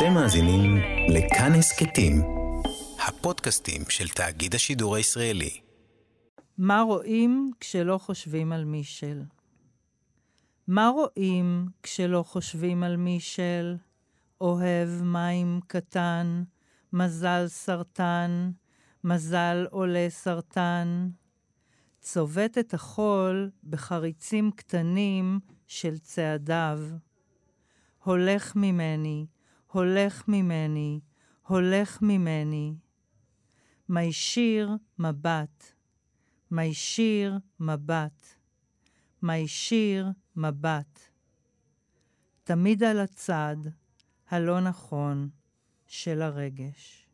אתם מאזינים לכאן הסכתים, הפודקאסטים של תאגיד השידור הישראלי. מה רואים כשלא חושבים על מישל? מה רואים כשלא חושבים על מישל? אוהב מים קטן, מזל סרטן, מזל עולה סרטן. צובט את החול בחריצים קטנים של צעדיו. הולך ממני, הולך ממני, הולך ממני. מישיר מבט, מישיר מבט, מישיר מבט. תמיד על הצד הלא נכון של הרגש.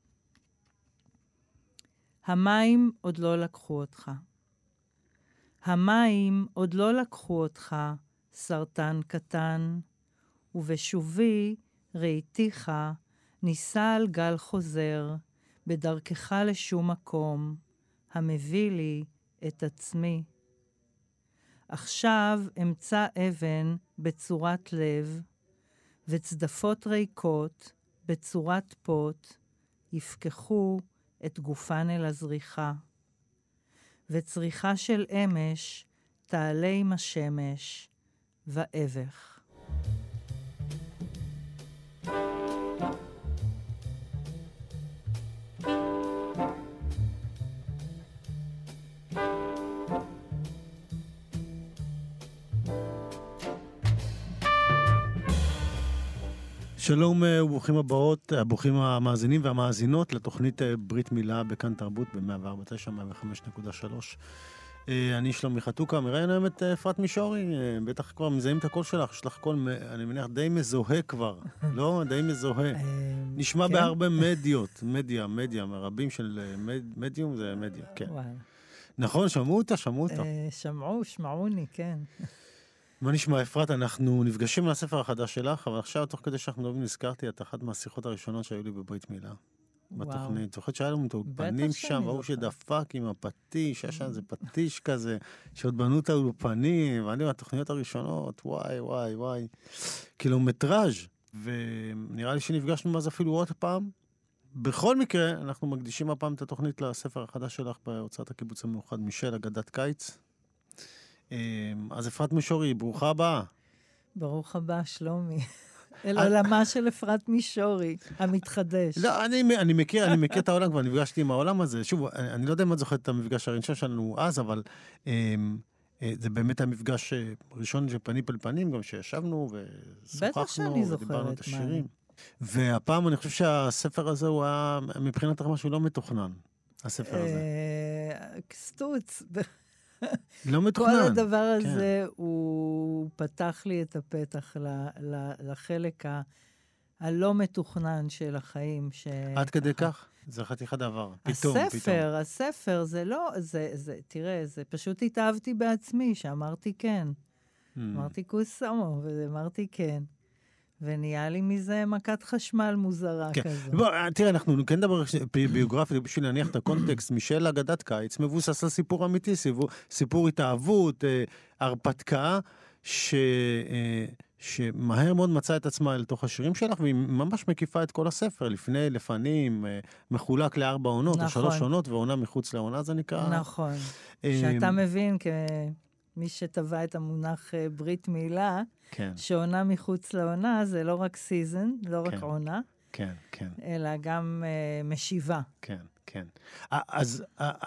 המים עוד לא לקחו אותך. המים עוד לא לקחו אותך, סרטן קטן, ובשובי ראיתיך ניסה על גל חוזר, בדרכך לשום מקום, המביא לי את עצמי. עכשיו אמצא אבן בצורת לב, וצדפות ריקות בצורת פוט, יפקחו את גופן אל הזריחה. וצריחה של אמש תעלה עם השמש ואבך. שלום וברוכים הבאות, ברוכים המאזינים והמאזינות לתוכנית ברית מילה בכאן תרבות ב-104.9, 105.3. אני שלומי חתוקה, מראיין היום את אפרת מישורי, בטח כבר מזהים את הקול שלך, יש לך קול, אני מניח, די מזוהה כבר, לא? די מזוהה. נשמע בהרבה מדיות, מדיה, רבים של מדיום זה מדיה, כן. נכון, שמעו אותה? שמעוני, כן. מה נשמע, אפרת? אנחנו נפגשים מהספר החדש שלך, אבל עכשיו, תוך כדי שאנחנו מדברים, נזכרתי את אחת מהשיחות הראשונות שהיו לי בברית מילה. בתוכנית. זוכרת שהיה לנו את האולפנים שם, והוא שדפק עם הפטיש, היה שם איזה פטיש כזה, שעוד בנו את האולפנים, ואני מהתוכניות הראשונות, וואי, קילומטראז', ונראה לי שנפגשנו מאז אפילו עוד פעם. בכל מקרה, אנחנו מקדישים הפעם את התוכנית לספר החדש שלך בהוצאת הקיבוץ המאוחד, מישל, אגדת קיץ. אז אפרת מישורי, ברוכה הבאה. ברוך הבא, שלומי. אל עולמה של אפרת מישורי, המתחדש. לא, אני מכיר את העולם, כבר נפגשתי עם העולם הזה. שוב, אני לא יודע אם את זוכרת את המפגש הראשון שלנו אז, אבל זה באמת המפגש הראשון שפנים אל פנים, גם שישבנו ושוחחנו ודיברנו את השירים. והפעם אני חושב שהספר הזה הוא היה, מבחינת משהו לא מתוכנן, הספר הזה. סטוץ. לא מתוכנן. כל הדבר הזה הוא פתח לי את הפתח לחלק הלא מתוכנן של החיים. עד כדי כך? זה חתיכה דבר. פתאום. הספר זה לא, תראה, זה פשוט התאהבתי בעצמי, שאמרתי כן. אמרתי קוסמו, ואמרתי כן. ונהיה לי מזה מכת חשמל מוזרה כזו. בוא, תראה, אנחנו כן דבר ביוגרפיה, בשביל להניח את הקונטקסט, מישל אגדת קיץ, מבוסס על סיפור אמיתי, סיפור התאהבות, הרפתקה, שמהר מאוד מצא את עצמה אל תוך השירים שלך, והיא ממש מקיפה את כל הספר, לפנים, מחולק ל4 עונות, או 3 עונות, ועונה מחוץ לעונה, זה נקרא. נכון. שאתה מבין מי שטבע את המונח ברית מילה, שעונה מחוץ לעונה, זה לא רק סיזן, לא רק עונה, אלא גם משיבה. כן. אז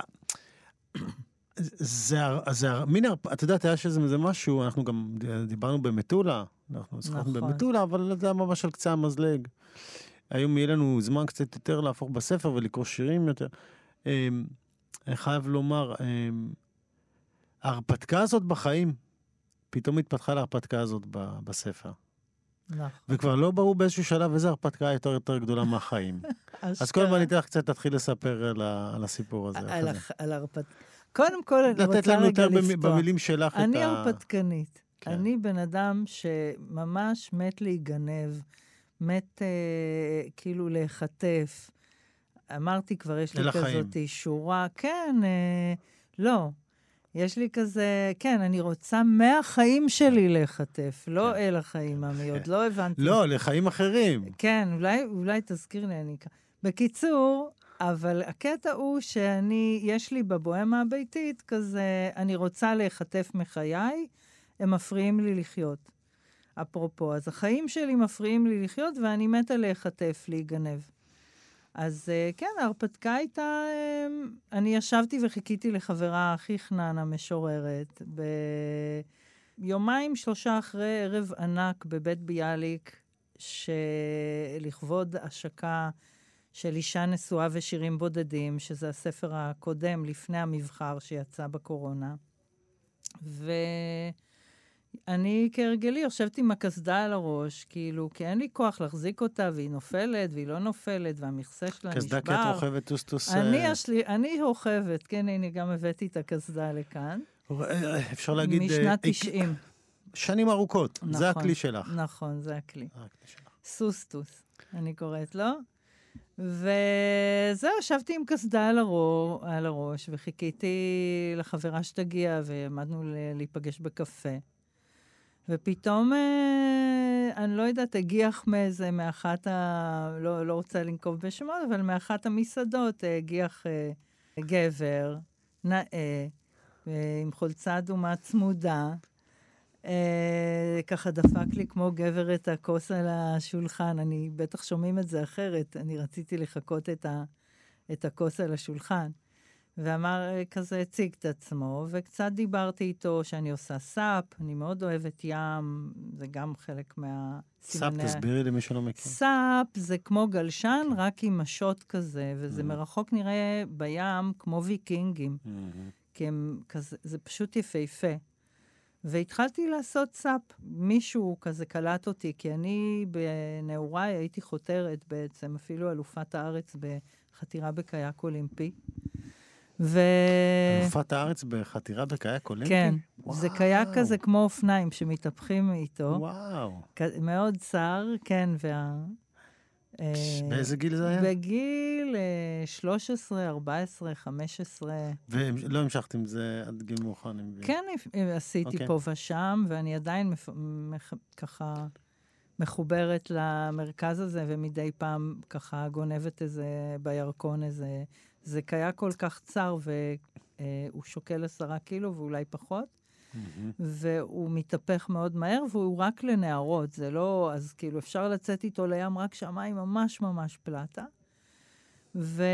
אתה יודעת, היה שזה משהו, אנחנו גם דיברנו במטולה, אנחנו שחקנו במטולה, אבל זה היה ממש על קצה המזלג. היום יהיה לנו זמן קצת יותר להפוך בספר ולקרוא שירים יותר. אני חייב לומר, ההרפתקה הזאת בחיים, פתאום התפתחה להרפתקה הזאת בספר. נכון. וכבר לא ברור באיזשהו שלב איזו הרפתקה יותר גדולה מהחיים. אז כל הזמן אני אתך קצת תתחיל לספר על הסיפור הזה. על הרפתקה. קודם כל אני רוצה רגע לפתוח. לתת לנו יותר במילים שלך את ה... אני הרפתקנית. אני בן אדם שממש מת להיגנב, מת כאילו להיחטף. אמרתי כבר, יש לי כזאת שורה. כן, לא. יש לי כזה, כן, אני רוצה מהחיים שלי להיחטף, לא אל החיים, עמי, עוד לא הבנתי. לא, לחיים אחרים. כן, אולי תזכיר לי, אני... בקיצור, אבל הקטע הוא יש לי בבוהמה הביתית כזה, אני רוצה להיחטף מחיי, הם מפריעים לי לחיות. אפרופו, אז החיים שלי מפריעים לי לחיות, ואני מתה להיחטף, להיגנב. אז כן, ההרפתקה הייתה, אני ישבתי וחיכיתי לחברה הכי חנן המשוררת, ביומיים 3 אחרי ערב ענק בבית ביאליק, שלכבוד השקה של אישה נשואה ושירים בודדים, שזה הספר הקודם לפני המבחר שיצא בקורונה. אני כהרגלי יושבת עם הקסדה על הראש, כאילו, כי אין לי כוח להחזיק אותה, והיא נופלת, והיא לא נופלת, והמכסה שלה נשבר. קסדה כי את רוכבת טוס. אני רוכבת, כן, הנה, גם הבאתי את הקסדה לכאן. אפשר להגיד... משנת 90. שנים ארוכות, נכון, זה הכלי שלך. נכון, זה הכלי. סוסטוס, אני קוראת לו. וזהו, ישבתי עם קסדה על הראש, וחיכיתי לחברה שתגיע, ועמדנו להיפגש בקפה. ופתאום, אני לא יודעת, הגיח מאחת לא רוצה לנקוב בשמות, אבל מאחת המסעדות הגיח גבר, נאה, עם חולצה אדומה צמודה, ככה דפק לי כמו גבר את הכוס על השולחן, אני בטח שומעים את זה אחרת, אני רציתי לחכות את הכוס על השולחן. ואמר כזה, הציג את עצמו, וקצת דיברתי איתו שאני עושה סאפ, אני מאוד אוהבת ים, זה גם חלק סאפ, תסבירי למי שלא מכיר. סאפ זה כמו גלשן, רק עם משות כזה, וזה מרחוק נראה בים כמו ויקינגים, כי זה פשוט יפהפה. והתחלתי לעשות סאפ. מישהו כזה קלט אותי, כי אני בנעוריי הייתי חותרת בעצם, אפילו אלופת הארץ בחתירה בקייק אולימפי. אלופת הארץ בחתירה בקייק אולימפי? כן, זה קייק כזה כמו אופניים שמתהפכים איתו. וואו. מאוד צר, כן, באיזה גיל זה היה? בגיל 13, 14, 15. ולא המשכת עם זה עד גיל מאוחר? כן, עשיתי פה ושם, ואני עדיין ככה מחוברת למרכז הזה, ומדי פעם ככה גונבת איזה בירקון איזה... זה קיה כל כך צר, והוא שוקל 10 קילו ואולי פחות, והוא מתהפך מאוד מהר, והוא רק לנערות, זה לא, אז כאילו אפשר לצאת איתו לים רק שהמים ממש ממש פלטה. וזהו,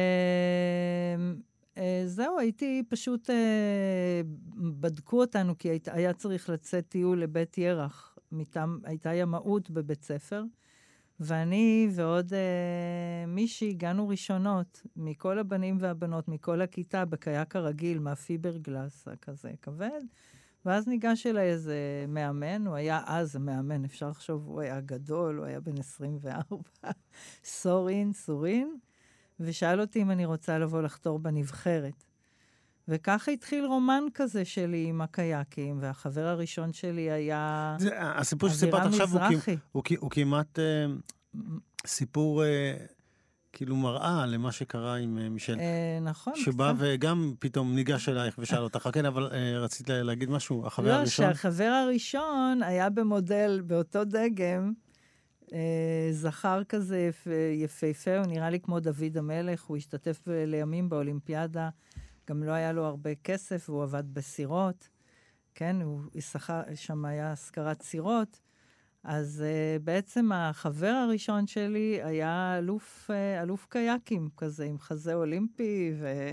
הייתי פשוט, בדקו אותנו, כי היה צריך לצאת טיול לבית ירח, הייתה ימאות בבית ספר, ואני ועוד מישהי הגענו ראשונות, מכל הבנים והבנות, מכל הכיתה, בקייק הרגיל, מהפיברגלס, כזה כבד, ואז ניגש אליי איזה מאמן, הוא היה אז מאמן, אפשר לחשוב, הוא היה גדול, הוא היה בן 24, סורין, ושאל אותי אם אני רוצה לבוא לחתור בנבחרת. וככה התחיל רומן כזה שלי עם הקייקים, והחבר הראשון שלי היה... הסיפור שסיפרת עכשיו הוא כמעט סיפור כאילו מראה למה שקרה עם מישל. נכון. שבא וגם פתאום ניגש אלייך ושאל אותך, כן, אבל רצית להגיד משהו, החבר הראשון? לא, שהחבר הראשון היה במודל, באותו דגם, זכר כזה יפהפה, הוא נראה לי כמו דוד המלך, הוא השתתף לימים באולימפיאדה, גם לא היה לו הרבה כסף, והוא עבד בסירות, כן, שם היה השכרת סירות, אז בעצם החבר הראשון שלי היה אלוף קייקים כזה, עם חזה אולימפי,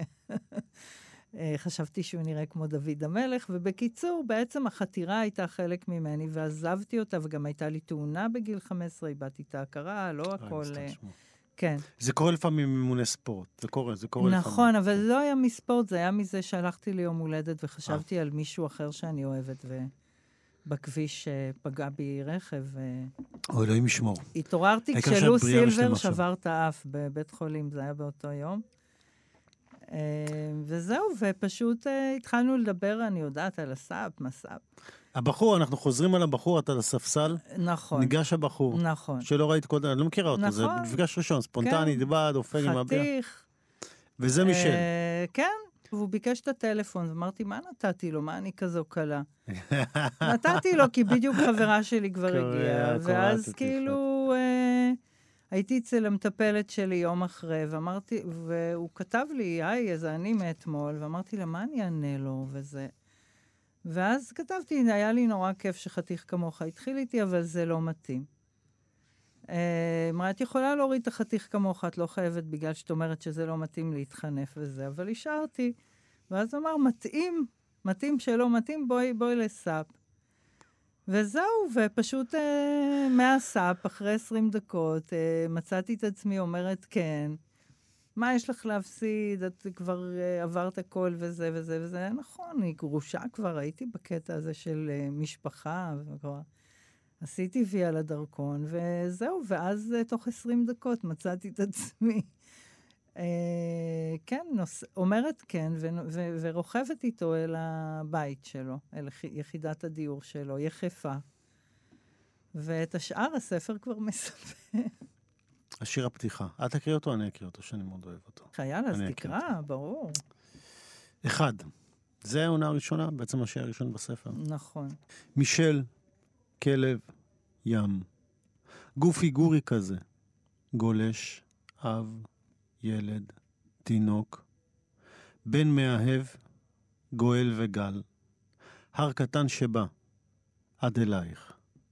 וחשבתי שהוא נראה כמו דוד המלך, ובקיצור, בעצם החתירה הייתה חלק ממני, ועזבתי אותה, וגם הייתה לי תאונה בגיל 15, איבדתי את ההכרה, לא הכל... כן. זה קורה לפעמים ממוני ספורט, זה קורה לפעמים. נכון, אבל לא היה מספורט, זה היה מזה שהלכתי ליום הולדת, וחשבתי על מישהו אחר שאני אוהבת, ובכביש פגע בי רכב. או אלוהים ישמור. התעוררתי כשלו סילבר שבר את האף בבית חולים, זה היה באותו יום. וזהו, ופשוט התחלנו לדבר, אני יודעת, על הסאפ, מסאפ. הבחור, אנחנו חוזרים על הבחור, אתה לספסל. נכון. ניגש הבחור. נכון. שלא ראית קודם, אני לא מכירה אותו, זה מפגש ראשון, ספונטני, דיבד, אופן עם הבא. חתיך. וזה מישל. כן, והוא ביקש את הטלפון, ואמרתי, מה נתתי לו? מה אני כזו קלה? נתתי לו, כי בדיוק חברה שלי כבר הגיעה, ואז כאילו הייתי אצל המטפלת שלי יום אחרי, ואמרתי, והוא כתב לי, היי, זה אני מאתמול, ואמרתי לה, מה אני אענה לו? וזה... ואז כתבתי, היה לי נורא כיף שחתיך כמוך התחיל איתי, אבל זה לא מתאים. אמרה, את יכולה להוריד את החתיך כמוך, את לא חייבת בגלל שאת אומרת שזה לא מתאים להתחנף וזה, אבל השארתי. ואז הוא אמר, מתאים שלא מתאים, בואי לסאפ. וזהו, ופשוט מהסאפ, אחרי 20 דקות, מצאתי את עצמי אומרת כן. מה יש לך להפסיד? את כבר עברת הכל וזה וזה וזה. נכון, היא גרושה כבר, הייתי בקטע הזה של משפחה, וכבר עשיתי וי על הדרכון, וזהו, ואז תוך 20 דקות מצאתי את עצמי. כן, אומרת כן, ורוכבת איתו אל הבית שלו, אל יחידת הדיור שלו, יחפה. ואת השאר הספר כבר מספר. השיר הפתיחה. את תקריא אותו, אני אקריא אותו, שאני מאוד אוהב אותו. חייל, אז תקרא, ברור. 1. זה העונה הראשונה, בעצם השיר הראשון בספר. נכון. מישל, כלב, ים. גופי גורי כזה. גולש, אב, ילד, תינוק. בן מאהב, גואל וגל. הר קטן שבא, עד אלייך.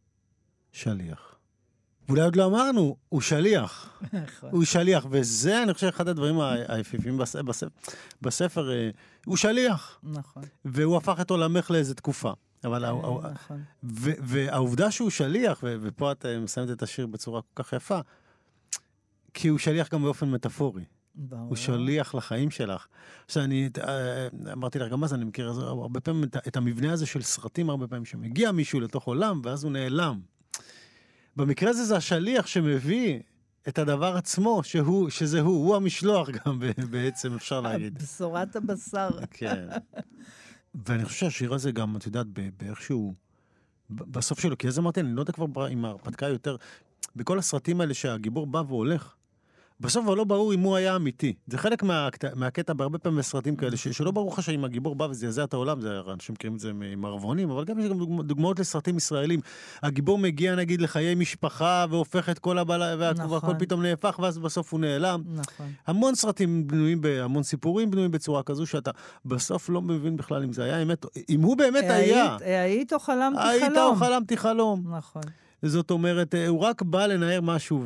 שליח. ואולי עוד לא אמרנו, הוא שליח. הוא שליח, וזה, אני חושב, אחד הדברים היפיפים בספר, הוא שליח. נכון. והוא הפך את עולמך לאיזו תקופה. אבל נכון. והעובדה שהוא שליח, ופה את מסיימת את השיר בצורה כל כך יפה, כי הוא שליח גם באופן מטאפורי. ברור. הוא שליח לחיים שלך. עכשיו, אני אמרתי לך, גם אז אני מכיר הרבה פעמים את המבנה הזה של סרטים, הרבה פעמים שמגיע מישהו לתוך עולם, ואז הוא נעלם. במקרה הזה זה השליח שמביא את הדבר עצמו, שזה הוא המשלוח גם בעצם, אפשר להגיד. בשורת הבשר. כן. ואני חושב שהשיר הזה גם, את יודעת, באיכשהו, בסוף שלו, כי אז אמרתי, אני לא יודע כבר עם ההרפתקה יותר, בכל הסרטים האלה שהגיבור בא והולך, בסוף אבל לא ברור אם הוא היה אמיתי. זה חלק מהקטע בהרבה פעמים בסרטים כאלה, שלא ברור לך שאם הגיבור בא וזה את העולם, אנשים מכירים את זה מערבונים, אבל גם יש גם דוגמאות לסרטים ישראלים. הגיבור מגיע נגיד לחיי משפחה, והופך את כל הבעלה, והכל פתאום נהפך, ואז בסוף הוא נעלם. נכון. המון סרטים בנויים, המון סיפורים בנויים בצורה כזו, שאתה בסוף לא מבין בכלל אם זה היה אמת, אם הוא באמת היה. היית או חלמתי חלום. היית או חלמתי חלום. נכון. זאת אומרת, הוא רק בא לנער משהו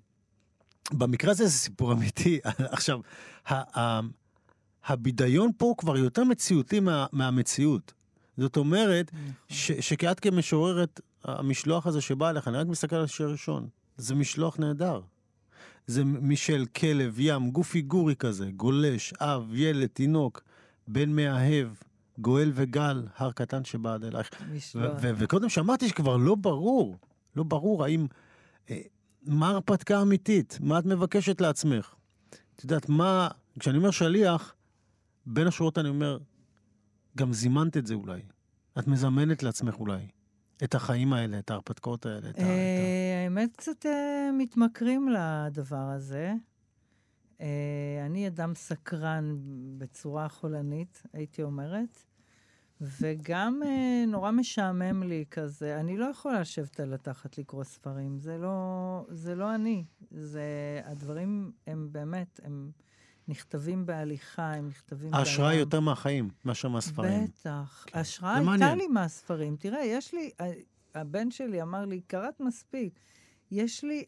במקרה הזה זה סיפור אמיתי. עכשיו, הבידיון פה כבר יותר מציאותי מהמציאות. זאת אומרת, שכעת כמשוררת, המשלוח הזה שבא אליך, אני רק מסתכל על השיר הראשון, זה משלוח נהדר. זה משל כלב, ים, גופי גורי כזה, גולש, אב, ילד, תינוק, בן מאהב, גואל וגל, הר קטן שבא עד אלייך. וקודם שאמרתי שכבר לא ברור האם... מה הרפתקה אמיתית? מה את מבקשת לעצמך? את יודעת, כשאני אומר שליח, בין השורות אני אומר, גם זימנת את זה אולי. את מזמנת לעצמך אולי. את החיים האלה, את ההרפתקאות האלה. האמת קצת מתמכרים לדבר הזה. אני אדם סקרן בצורה חולנית, הייתי אומרת. וגם נורא משעמם לי כזה. אני לא יכולה לשבת על התחת לקרוא ספרים. זה לא אני. הדברים הם באמת, הם נכתבים בהליכה, הם נכתבים בים. ההשראה יותר מהחיים, מאשר מהספרים. בטח. ההשראה הייתה לי מהספרים. תראה, יש לי, הבן שלי אמר לי, קראת מספיק. יש לי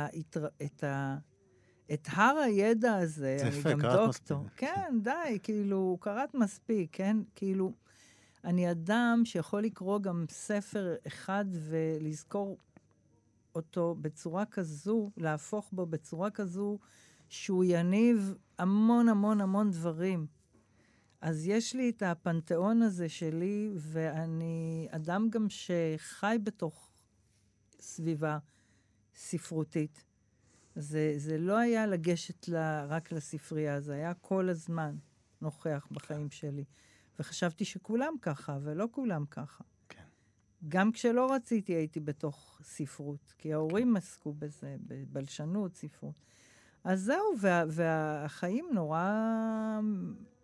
את הר הידע הזה. זה יפה, קראת מספיק. כן, די, כאילו, קראת מספיק, כן? כאילו... אני אדם שיכול לקרוא גם ספר אחד ולזכור אותו בצורה כזו, להפוך בו בצורה כזו, שהוא יניב המון המון המון דברים. אז יש לי את הפנתיאון הזה שלי, ואני אדם גם שחי בתוך סביבה ספרותית. זה לא היה לגשת רק לספרייה, זה היה כל הזמן נוכח בחיים שלי. וחשבתי שכולם ככה, ולא כולם ככה. כן. גם כשלא רציתי, הייתי בתוך ספרות, כי ההורים עסקו בזה, בבלשנות, ספרות. אז זהו, והחיים נורא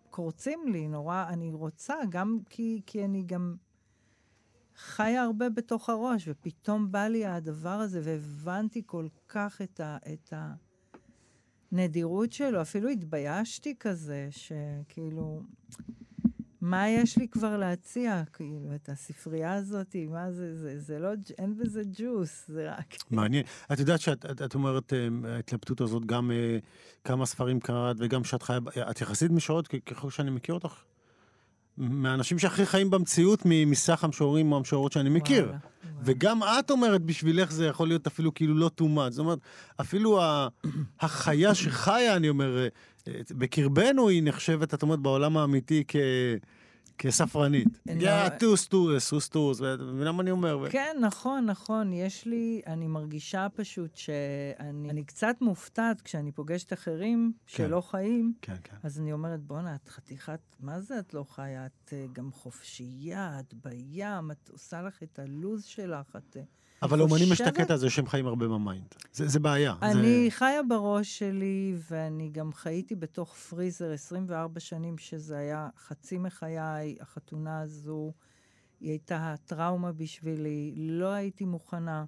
קורצים לי נורא, אני רוצה, גם כי אני גם חיה הרבה בתוך הראש, ופתאום בא לי הדבר הזה, והבנתי כל כך את הנדירות שלו, אפילו התביישתי כזה, שכאילו, מה יש לי כבר להציע? כאילו, את הספרייה הזאת, מה זה לא, אין בזה ג'וס, זה רק... מעניין. את יודעת שאת אומרת, ההתלבטות הזאת, גם כמה ספרים קראת, וגם שאת חיה, את יחסית משעות, ככל שאני מכיר אותך, מהאנשים שהכי חיים במציאות, מסך המשוררים או המשוררות שאני מכיר. וואלה. וגם את אומרת, בשבילך זה יכול להיות אפילו כאילו לא תומד. זאת אומרת, אפילו החיה שחיה, אני אומר, בקרבנו היא נחשבת, את אומרת, בעולם האמיתי כספרנית. סוס, ולמה אני אומר? כן, נכון. יש לי, אני מרגישה פשוט שאני קצת מופתעת כשאני פוגשת אחרים שלא חיים, אז אני אומרת, בונה, את חתיכת, מה זה את לא חיה? את גם חופשייה, את בים, את עושה לך את הלוז שלך, את... אבל אומנים יש את הקטע הזה שהם חיים הרבה במיינד. זה בעיה. אני חיה בראש שלי, ואני גם חייתי בתוך פריזר 24 שנים, שזה היה חצי מחיי, החתונה הזו, היא הייתה טראומה בשבילי, לא הייתי מוכנה.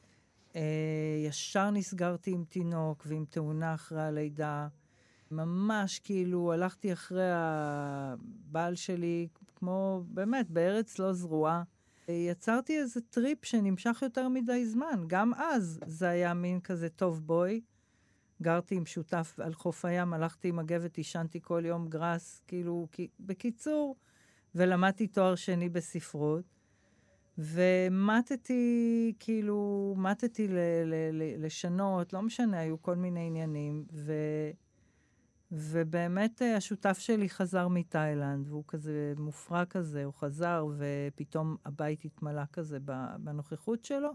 ישר נסגרתי עם תינוק, ועם תאונה אחרי הלידה. ממש כאילו הלכתי אחרי הבעל שלי, כמו באמת בארץ לא זרועה. יצרתי איזה טריפ שנמשך יותר מדי זמן. גם אז זה היה מין כזה טוב בוי. גרתי עם שותף על חוף הים, הלכתי עם מגבת, ישנתי כל יום גרס, כאילו, בקיצור, ולמדתי תואר שני בספרות, ומתתי, כאילו, מתתי לשנות, לא משנה, היו כל מיני עניינים, ובאמת השותף שלי חזר מתאילנד, והוא כזה מופרע כזה, הוא חזר, ופתאום הבית התמלא כזה בנוכחות שלו,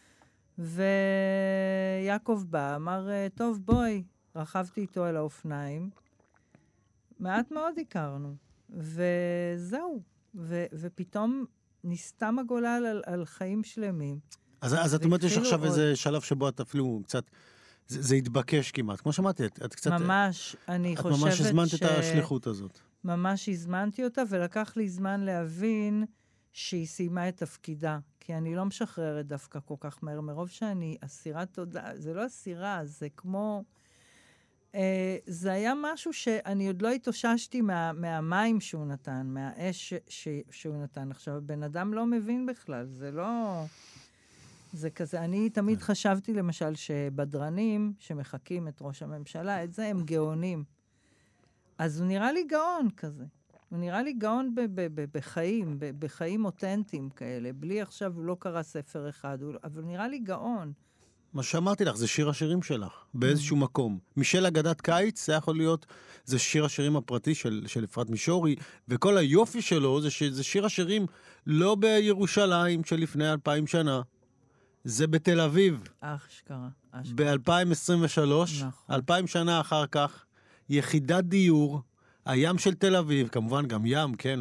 ויעקב בא, אמר, טוב, בואי, רכבתי איתו על האופניים, מעט מאוד הכרנו, וזהו, ופתאום נסתם הגולל על חיים שלמים. אז את אומרת, יש עכשיו איזה שלב שבו את אפילו קצת... זה התבקש כמעט. כמו שמעתי, את קצת... ממש, אני חושבת את ממש הזמנת את השליחות הזאת. ממש הזמנתי אותה, ולקח לי זמן להבין שהיא סיימה את תפקידה. כי אני לא משחררת דווקא כל כך מהר, מרוב שאני אסירת תודה. זה לא אסירה, זה כמו... זה היה משהו שאני עוד לא התאוששתי מהמים שהוא נתן, מהאש שהוא נתן. עכשיו, בן אדם לא מבין בכלל, זה לא... זה כזה, אני תמיד חשבתי למשל שבדרנים שמחכים את ראש הממשלה, את זה הם גאונים. אז הוא נראה לי גאון כזה. הוא נראה לי גאון בחיים אותנטיים כאלה. בלי עכשיו, הוא לא קרא ספר אחד, אבל הוא נראה לי גאון. מה שאמרתי לך, זה שיר השירים שלך, באיזשהו מקום. מישל אגדת קיץ, זה יכול להיות, זה שיר השירים הפרטי של אפרת מישורי, וכל היופי שלו זה שיר השירים לא בירושלים של לפני 2000 שנה, זה בתל אביב. אשכרה. ב-2023, 2000 שנה אחר כך, יחידת דיור, הים של תל אביב, כמובן גם ים, כן,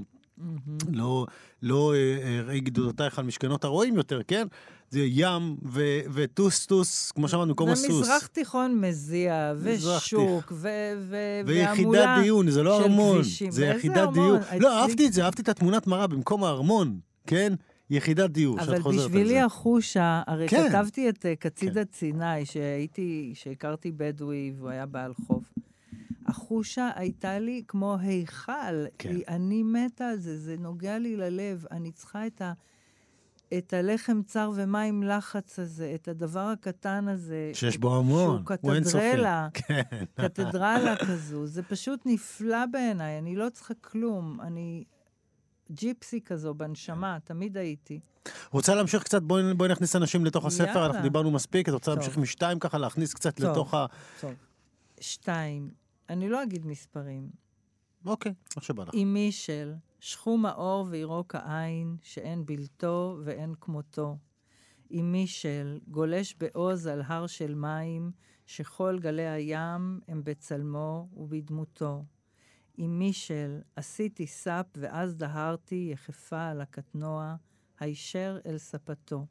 לא ראי גדודותייך על משכנות הרועים יותר, כן? זה ים וטוס, כמו שאמרנו, כמו הסוס. זה מזרח תיכון מזיע, ושוק, ויחידת דיון, זה לא ארמון, זה יחידת דיור. לא, אהבתי את זה, אהבתי את התמונת מראה במקום הארמון, כן? יחידת דיור, שאת חוזרת על זה. אבל בשבילי החושה, הרי כתבתי את קציד ציני, שהכרתי בדואי, והוא היה בעל חוף. החושה הייתה לי כמו היכל, כי אני מתה על זה, זה נוגע לי ללב, אני צריכה את הלחם צר ומים לחץ הזה, את הדבר הקטן הזה. שיש בו המון, הוא קתדרלה, קתדרלה כזו, זה פשוט נפלא בעיניי, אני לא צריכה כלום, אני ג'יפסי כזו בנשמה, תמיד הייתי. רוצה להמשיך קצת, בואי נכניס אנשים לתוך הספר, אנחנו דיברנו מספיק, את רוצה להמשיך משתיים ככה, להכניס קצת לתוך ה... טוב, 2, אני לא אגיד מספרים. אוקיי, מה שבא לך. עם מישל, שחום האור וירוק העין, שאין בלתו ואין כמותו. עם מישל, גולש בעוז על הר של מים, שכל גלי הים הם בצלמו ובדמותו. עם מישל, עשיתי סאפ ואז דהרתי יחפה על הקטנוע, הישר אל ספתו.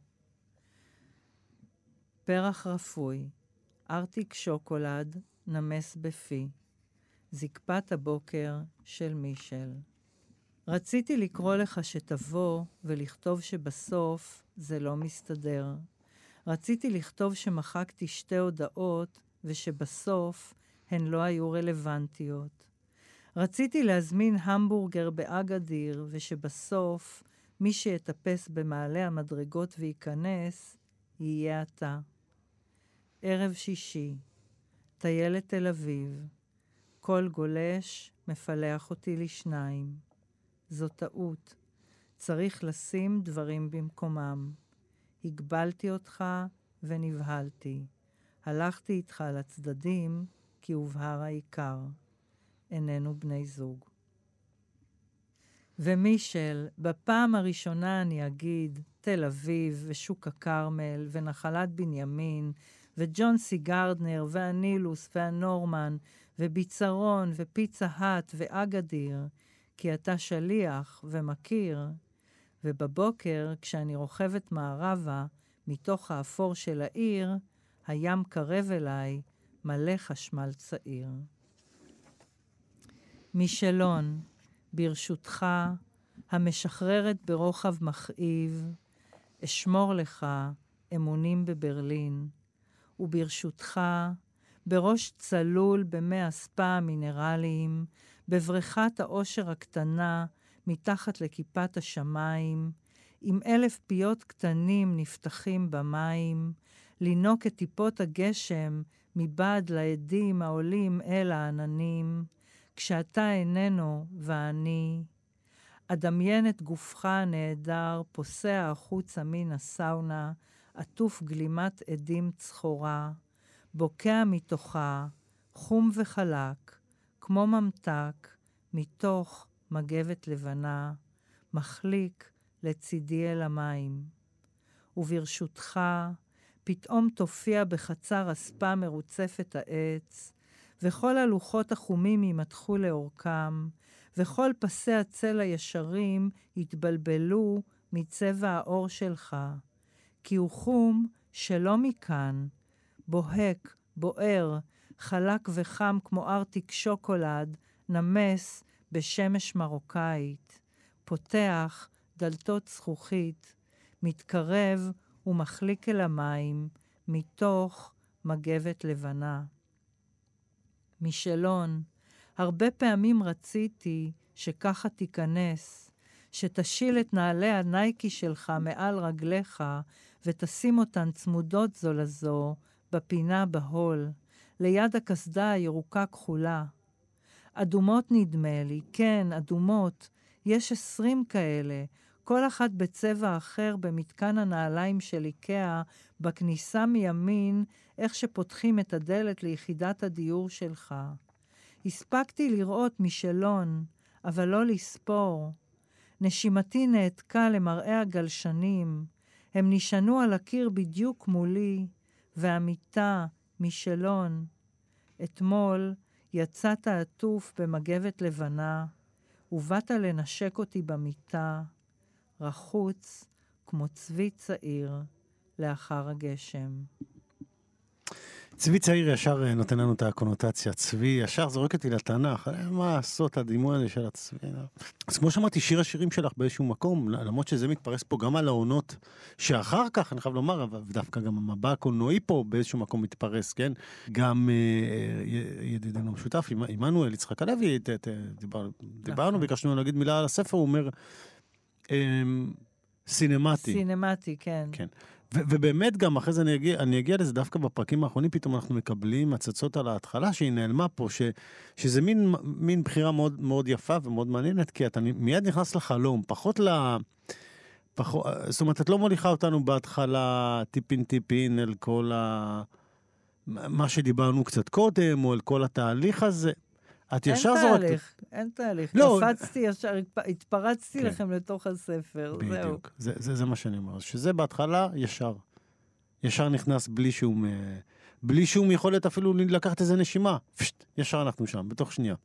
פרח רפוי, ארטיק שוקולד, נמס בפי. זקפת הבוקר של מישל. רציתי לקרוא לך שתבוא ולכתוב שבסוף זה לא מסתדר. רציתי לכתוב שמחקתי 2 הודעות ושבסוף הן לא היו רלוונטיות. רציתי להזמין המבורגר באגדיר ושבסוף מי שיטפס במעלה המדרגות וייכנס יהיה אתה. ערב שישי, טיילת תל אביב. כל גולש מפלח אותי ל2. זו טעות. צריך לשים דברים במקומם. הגבלתי אותך ונבהלתי. הלכתי איתך לצדדים כי הובהר העיקר. איננו בני זוג. ומישל, בפעם הראשונה אני אגיד תל אביב ושוק הכרמל ונחלת בנימין וג'ון סי גרדנר והנילוס והנורמן וביצרון ופיצה האט ואגדיר, כי אתה שליח ומכיר. ובבוקר, כשאני רוכבת מערבה, מתוך האפור של העיר, הים קרב אליי, מלא חשמל צעיר. משלון, ברשותך, המשחררת ברוחב מכאיב, אשמור לך אמונים בברלין, וברשותך, בראש צלול במי אספה המינרליים, בבריכת האושר הקטנה, מתחת לכיפת השמיים, עם 1,000 פיות קטנים נפתחים במים, לינוק את טיפות הגשם מבעד לעדים העולים אל העננים, כשאתה איננו ואני, אדמיין את גופך הנהדר, פוסע החוצה מן הסאונה, עטוף גלימת עדים צחורה, בוקע מתוכה, חום וחלק, כמו ממתק, מתוך מגבת לבנה, מחליק לצידי אל המים. וברשותך, פתאום תופיע בחצר אספה מרוצפת העץ, וכל הלוחות החומים יימתחו לאורכם, וכל פסי הצל הישרים יתבלבלו מצבע האור שלך, כי הוא חום שלא מכאן, בוהק, בוער, חלק וחם כמו ארטיק שוקולד, נמס בשמש מרוקאית, פותח דלתות זכוכית, מתקרב ומחליק אל המים, מתוך מגבת לבנה. משלון, הרבה פעמים רציתי שככה תיכנס, שתשיל את נעלי הנייקי שלך מעל רגליך, ותשים אותן צמודות זו לזו, בפינה בהול, ליד הכסדה הירוקה כחולה. אדומות נדמה לי, כן, אדומות, יש 20 כאלה, כל אחת בצבע אחר במתקן הנעליים של איקאה, בכניסה מימין, איך שפותחים את הדלת ליחידת הדיור שלך. הספקתי לראות משלון, אבל לא לספור. נשימתי נעתקה למראה הגלשנים, הם נשענו על הקיר בדיוק מולי, והמיטה משלון. אתמול יצאת עטוף במגבת לבנה, ובאת לנשק אותי במיטה, רחוץ כמו צבי צעיר לאחר הגשם. צבי צעיר ישר נותן לנו את הקונוטציה, צבי ישר זורק אותי לתנ"ך, מה לעשות הדימוי הזה של הצבי? אז כמו שאמרתי, שיר השירים שלך באיזשהו מקום, למרות שזה מתפרס פה גם על העונות שאחר כך, אני חייב לומר, ודווקא גם המבע הקולנועי פה באיזשהו מקום מתפרס, כן? גם ידידנו משותף, עמנואל יצחק הלוי, דיברנו, ביקשנו להגיד מילה על הספר, הוא אומר, סינמטי. סינמטי, כן. כן. ובאמת גם אחרי זה אני אגיע לזה דווקא בפרקים האחרונים, פתאום אנחנו מקבלים הצצות על ההתחלה שהיא נעלמה פה, שזה מין בחירה מאוד, מאוד יפה ומאוד מעניינת, כי אתה מיד נכנס לחלום, זאת אומרת, את לא מוליכה אותנו בהתחלה טיפין אל כל מה שדיברנו קצת קודם, או אל כל התהליך הזה. את ישר זורקת. אין תהליך. לא. קפצתי ישר, התפרצתי כן. לכם לתוך הספר, בדיוק. זה מה שאני אומר. שזה בהתחלה ישר נכנס בלי שום יכולת אפילו לקחת איזה נשימה. ישר אנחנו שם, בתוך שנייה.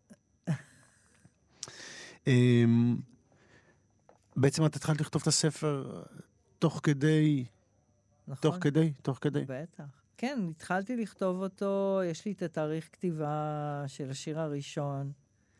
בעצם את התחלת לכתוב את הספר תוך כדי? נכון. תוך כדי? בטח. כן, התחלתי לכתוב אותו, יש לי את התאריך כתיבה של השיר הראשון,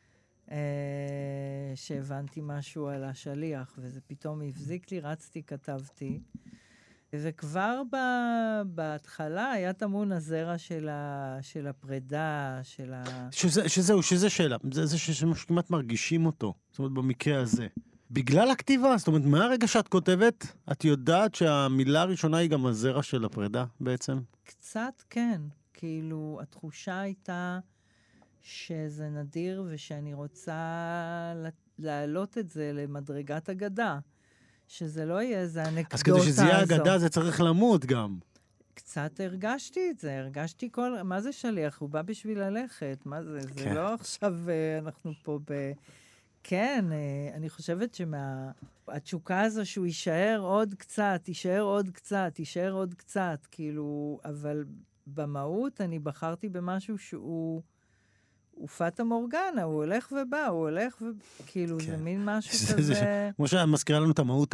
שהבנתי משהו על השליח, וזה פתאום הבזיק לי, רצתי, כתבתי. וכבר בהתחלה היה טמון הזרע של הפרידה, של ה... שזה שאלה. זה שכמעט מרגישים אותו. זאת אומרת, במקרה הזה. בגלל הכתיבה, זאת אומרת, מהרגע שאת כותבת, את יודעת שהמילה הראשונה היא גם הזרע של הפרידה בעצם? קצת כן. כאילו, התחושה הייתה שזה נדיר ושאני רוצה להעלות את זה למדרגת אגדה. שזה לא יהיה איזה אנקדוטה הזו. אז כדי שזה יהיה אגדה, זה צריך למות גם. קצת הרגשתי את זה, הרגשתי מה זה שליח? הוא בא בשביל ללכת, מה זה? כן. זה לא עכשיו אנחנו פה כן, אני חושבת התשוקה הזו שהוא יישאר עוד קצת, כאילו, אבל במהות אני בחרתי במשהו שהוא פטה מורגנה, הוא הולך ובא, כאילו, זה מין משהו כזה... כמו שמזכירה לנו את המהות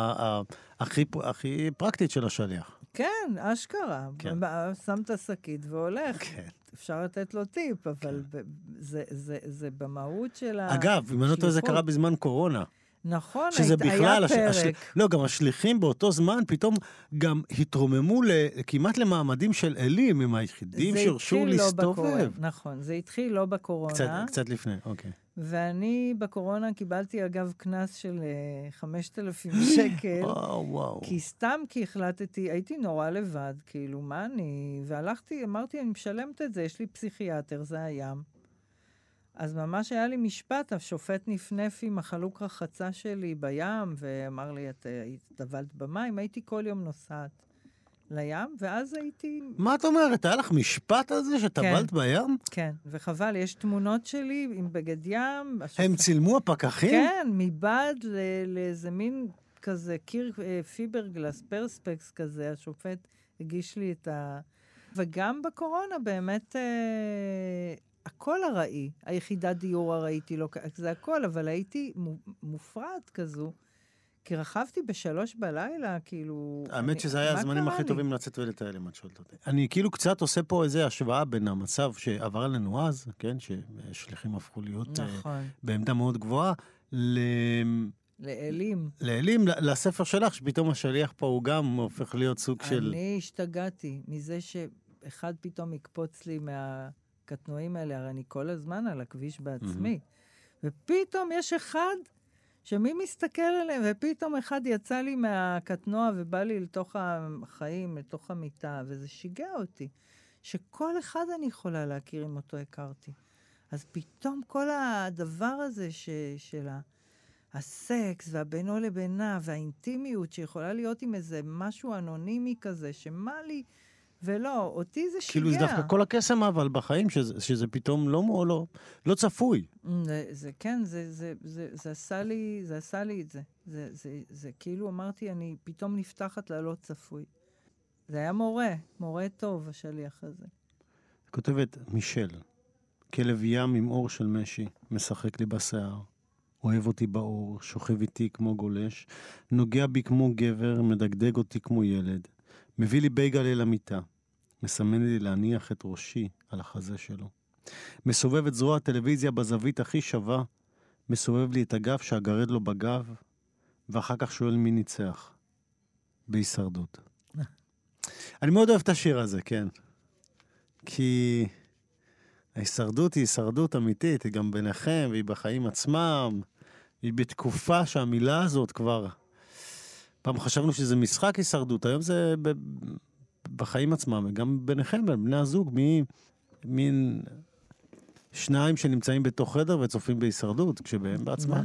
הכי פרקטית של השליח. כן, אשכרה. שמת שקית והולך. אפשר לתת לו טיפ, אבל זה במהות של השליחות. אגב, אם אני זה קרה בזמן קורונה. נכון, היה פרק. לא, גם השליחים באותו זמן פתאום גם התרוממו כמעט למעמדים של אלים, הם היחידים שהרשו להסתובב. נכון, זה התחיל לא בקורונה. קצת לפני, אוקיי. ואני בקורונה קיבלתי אגב כנס של 5,000 שקל. וואו. כי החלטתי, הייתי נורא לבד, כאילו, מה אני? והלכתי, אמרתי, אני משלמת את זה, יש לי פסיכיאטר, זה הים. אז ממש היה לי משפט, השופט נפנף עם החלוק רחצה שלי בים, ואמר לי, את טבלת במים, הייתי כל יום נוסעת לים, ואז הייתי... מה את אומרת? היה לך משפט הזה שטבלת בים? כן, וחבל, יש תמונות שלי עם בגד ים. הם צילמו הפקחים? כן, מבד לאיזה מין כזה, קיר פיברגלס, פרספקס כזה, השופט הגיש לי את ה... וגם בקורונה באמת... הכל הראי, היחידת דיור הראיתי, לא, זה הכל, אבל הייתי מופרעת כזו, כי רכבתי ב3 בלילה, כאילו... האמת שזה היה הזמנים הכי טובים לצאת ולטייל, אם את שואלת אותי. אני כאילו קצת עושה פה איזו השוואה בין המצב שעבר עלינו אז, כן, ששליחים הפכו להיות בעמדה מאוד גבוהה, לאלים. לספר שלך, שפתאום השליח פה הוא גם הופך להיות סוג של... אני השתגעתי מזה שאחד פתאום יקפוץ לי הקטנועים האלה, הרי אני כל הזמן על הכביש בעצמי. ופתאום יש אחד שמי מסתכל עליהם, ופתאום אחד יצא לי מהקטנוע ובא לי לתוך החיים, לתוך המיטה, וזה שיגע אותי. שכל אחד אני יכולה להכיר עם אותו הכרתי. אז פתאום כל הדבר הזה של הסקס והבינו לבינה, והאינטימיות שיכולה להיות עם איזה משהו אנונימי כזה, שמה לי... ולא, אותי זה שיגע. כאילו זה דווקא כל הקסם אבל בחיים, שזה פתאום לא צפוי. זה כן, זה עשה לי את זה. זה כאילו אמרתי, אני פתאום נפתחת ללא צפוי. זה היה מורה טוב, השליח הזה. כותבת מישל, כלב ים עם אור של משי, משחק לי בשיער. אוהב אותי באור, שוכב איתי כמו גולש, נוגע בי כמו גבר, מדגדג אותי כמו ילד. מביא לי בייגל אל המיטה, מסמן לי להניח את ראשי על החזה שלו. מסובב את זרוע הטלוויזיה בזווית הכי שווה, מסובב לי את הגב שהגרד לו בגב, ואחר כך שואל מי ניצח. בהישרדות. אני מאוד אוהב את השיר הזה, כן. כי ההישרדות היא הישרדות אמיתית, היא גם ביניכם, והיא בחיים עצמם, היא בתקופה שהמילה הזאת כבר... פעם חשבנו שזה משחק הישרדות, היום זה בחיים עצמם, גם ביניכם, בין בני הזוג, מין שניים שנמצאים בתוך חדר וצופים בהישרדות, כשבהם בעצמם,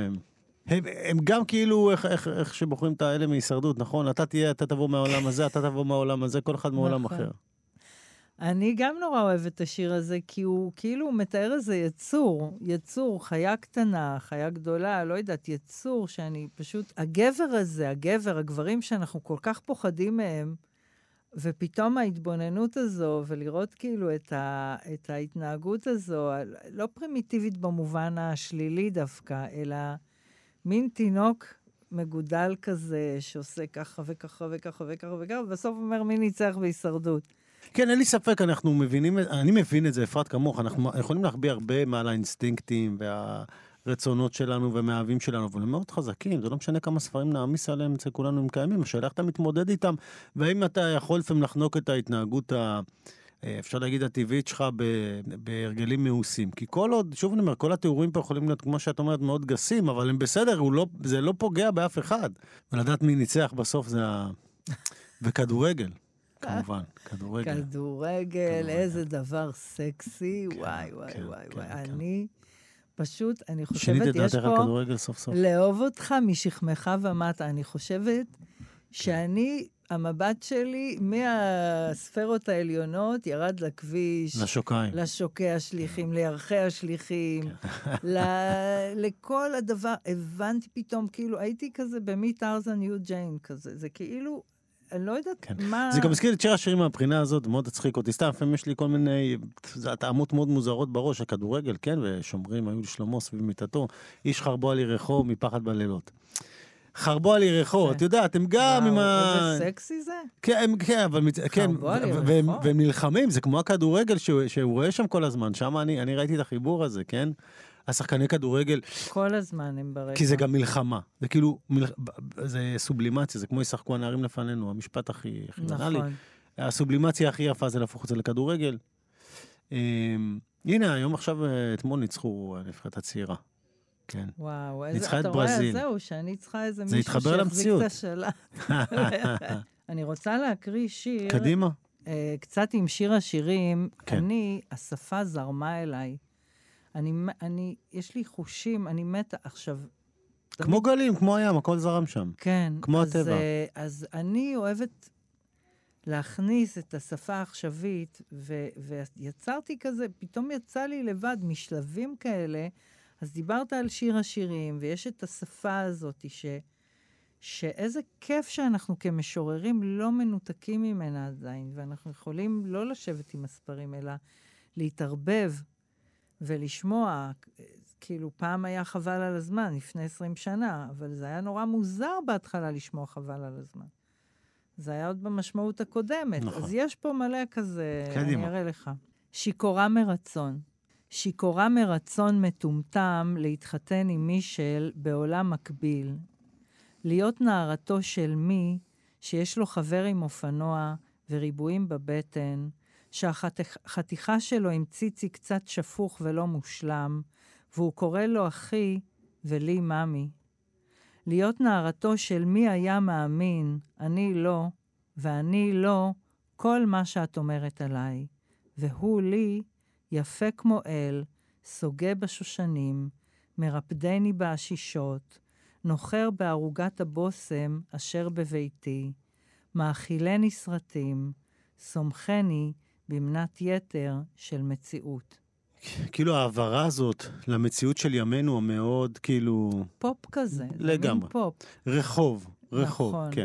הם גם כאילו איך שבוחרים את האלה מהישרדות, נכון? אתה תבוא מהעולם הזה, אתה תבוא מהעולם הזה, כל אחד מעולם אחר. אני גם נורא אוהבת את השיר הזה, כי הוא כאילו מתאר איזה יצור, חיה קטנה, חיה גדולה, לא יודעת, יצור שאני פשוט, הגבר הזה, הגברים שאנחנו כל כך פוחדים מהם, ופתאום ההתבוננות הזו, ולראות כאילו את ההתנהגות הזו, לא פרימיטיבית במובן השלילי דווקא, אלא מין תינוק מגודל כזה, שעושה ככה וככה וככה וככה וככה, ובסוף אומר מי ניצח בהישרדות. כן, אין לי ספק, אנחנו מבינים, אני מבין את זה, אפרת כמוך, אנחנו יכולים להחביא הרבה מעל האינסטינקטים והרצונות שלנו ומהאהבים שלנו, אבל הם מאוד חזקים, זה לא משנה כמה ספרים נעמיס עליהם אצל כולנו הם קיימים, השאלה איך אתה מתמודד איתם, והאם אתה יכול לפעמים לחנוק את ההתנהגות אפשר להגיד הטבעית שלך בהרגלים מאוסים. כי כל עוד, שוב אני אומר, כל התיאורים פה יכולים להיות, כמו שאת אומרת, מאוד גסים, אבל הם בסדר, זה לא פוגע באף אחד. ולדעת מי ניצח בסוף זה וכדורגל, כמובן, כדורגל. כדורגל, איזה דבר סקסי, וואי, וואי, וואי, וואי. אני פשוט, אני חושבת, יש פה לאהוב אותך משכמך ומטה. אני חושבת שאני... המבט שלי מהספרות העליונות ירד לכביש. לשוקיים. לשוקי השליחים, לירחי השליחים, לכל הדבר. הבנתי פתאום, כאילו, הייתי כזה במי טרזן יו ג'יין כזה. זה כאילו, אני לא יודעת מה... זה גם מזכיר את שיר השירים מהבחינה הזאת, מאוד הצחיק אותי. סתם, לפעמים יש לי כל מיני טעמות מאוד מוזרות בראש, הכדורגל, כן, ושומרים, היו לשלמה סביב מיטתו, איש חרבו על ירחו מפחד בלילות. חרבו על ירחו, את יודעת, הם גם עם איזה סקסי זה? כן, אבל... חרבו על ירחו. והם נלחמים, זה כמו הכדורגל שהוא רואה שם כל הזמן, שם אני ראיתי את החיבור הזה, כן? השחקני כדורגל... כל הזמן הם ברקע. כי זה גם מלחמה, זה כאילו, זה סובלימציה, זה כמו ישחקו הנערים לפנינו, המשפט הכי נראה לי. הסובלימציה הכי יפה זה להפוך את זה לכדורגל. הנה, היום עכשיו, אתמול ניצחו הנבחרת הצעירה. כן. וואו, ניצחה את ברזיל. זהו, שאני צריכה איזה מישהו שיחזיק את השלט. אני רוצה להקריא שיר. קדימה. קצת עם שיר השירים. אני, השפה זרמה אליי. יש לי חושים, אני מתה עכשיו. כמו גלים, כמו הים, הכל זרם שם. כן. כמו הטבע. אז אני אוהבת להכניס את השפה העכשווית, ויצרתי כזה, פתאום יצא לי לבד משלבים כאלה, אז דיברת על שיר השירים, ויש את השפה הזאת, שאיזה כיף שאנחנו כמשוררים לא מנותקים ממנה עדיין, ואנחנו יכולים לא לשבת עם הספרים, אלא להתערבב ולשמוע. כאילו, פעם היה חבל על הזמן, לפני 20 שנה, אבל זה היה נורא מוזר בהתחלה לשמוע חבל על הזמן. זה היה עוד במשמעות הקודמת. נכון. אז יש פה מלא כזה, קדימה. אני אראה לך. שיכורה מרצון. שיכורה מרצון מטומטם להתחתן עם מישל בעולם מקביל. להיות נערתו של מי שיש לו חבר עם אופנוע וריבועים בבטן, שהחתיכה שלו עם ציצי קצת שפוך ולא מושלם, והוא קורא לו אחי ולי ממי. להיות נערתו של מי היה מאמין, אני לא, ואני לא, כל מה שאת אומרת עליי. והוא לי יפה כמו אל, סוגה בשושנים, מרפדני בעשישות, נוחר בערוגת הבוסם אשר בביתי, מאכילני סרטים, סומכני במנת יתר של מציאות. כאילו העברה הזאת למציאות של ימינו המאוד כאילו... פופ כזה. לגמרי. פופ. רחוב, נכון. כן.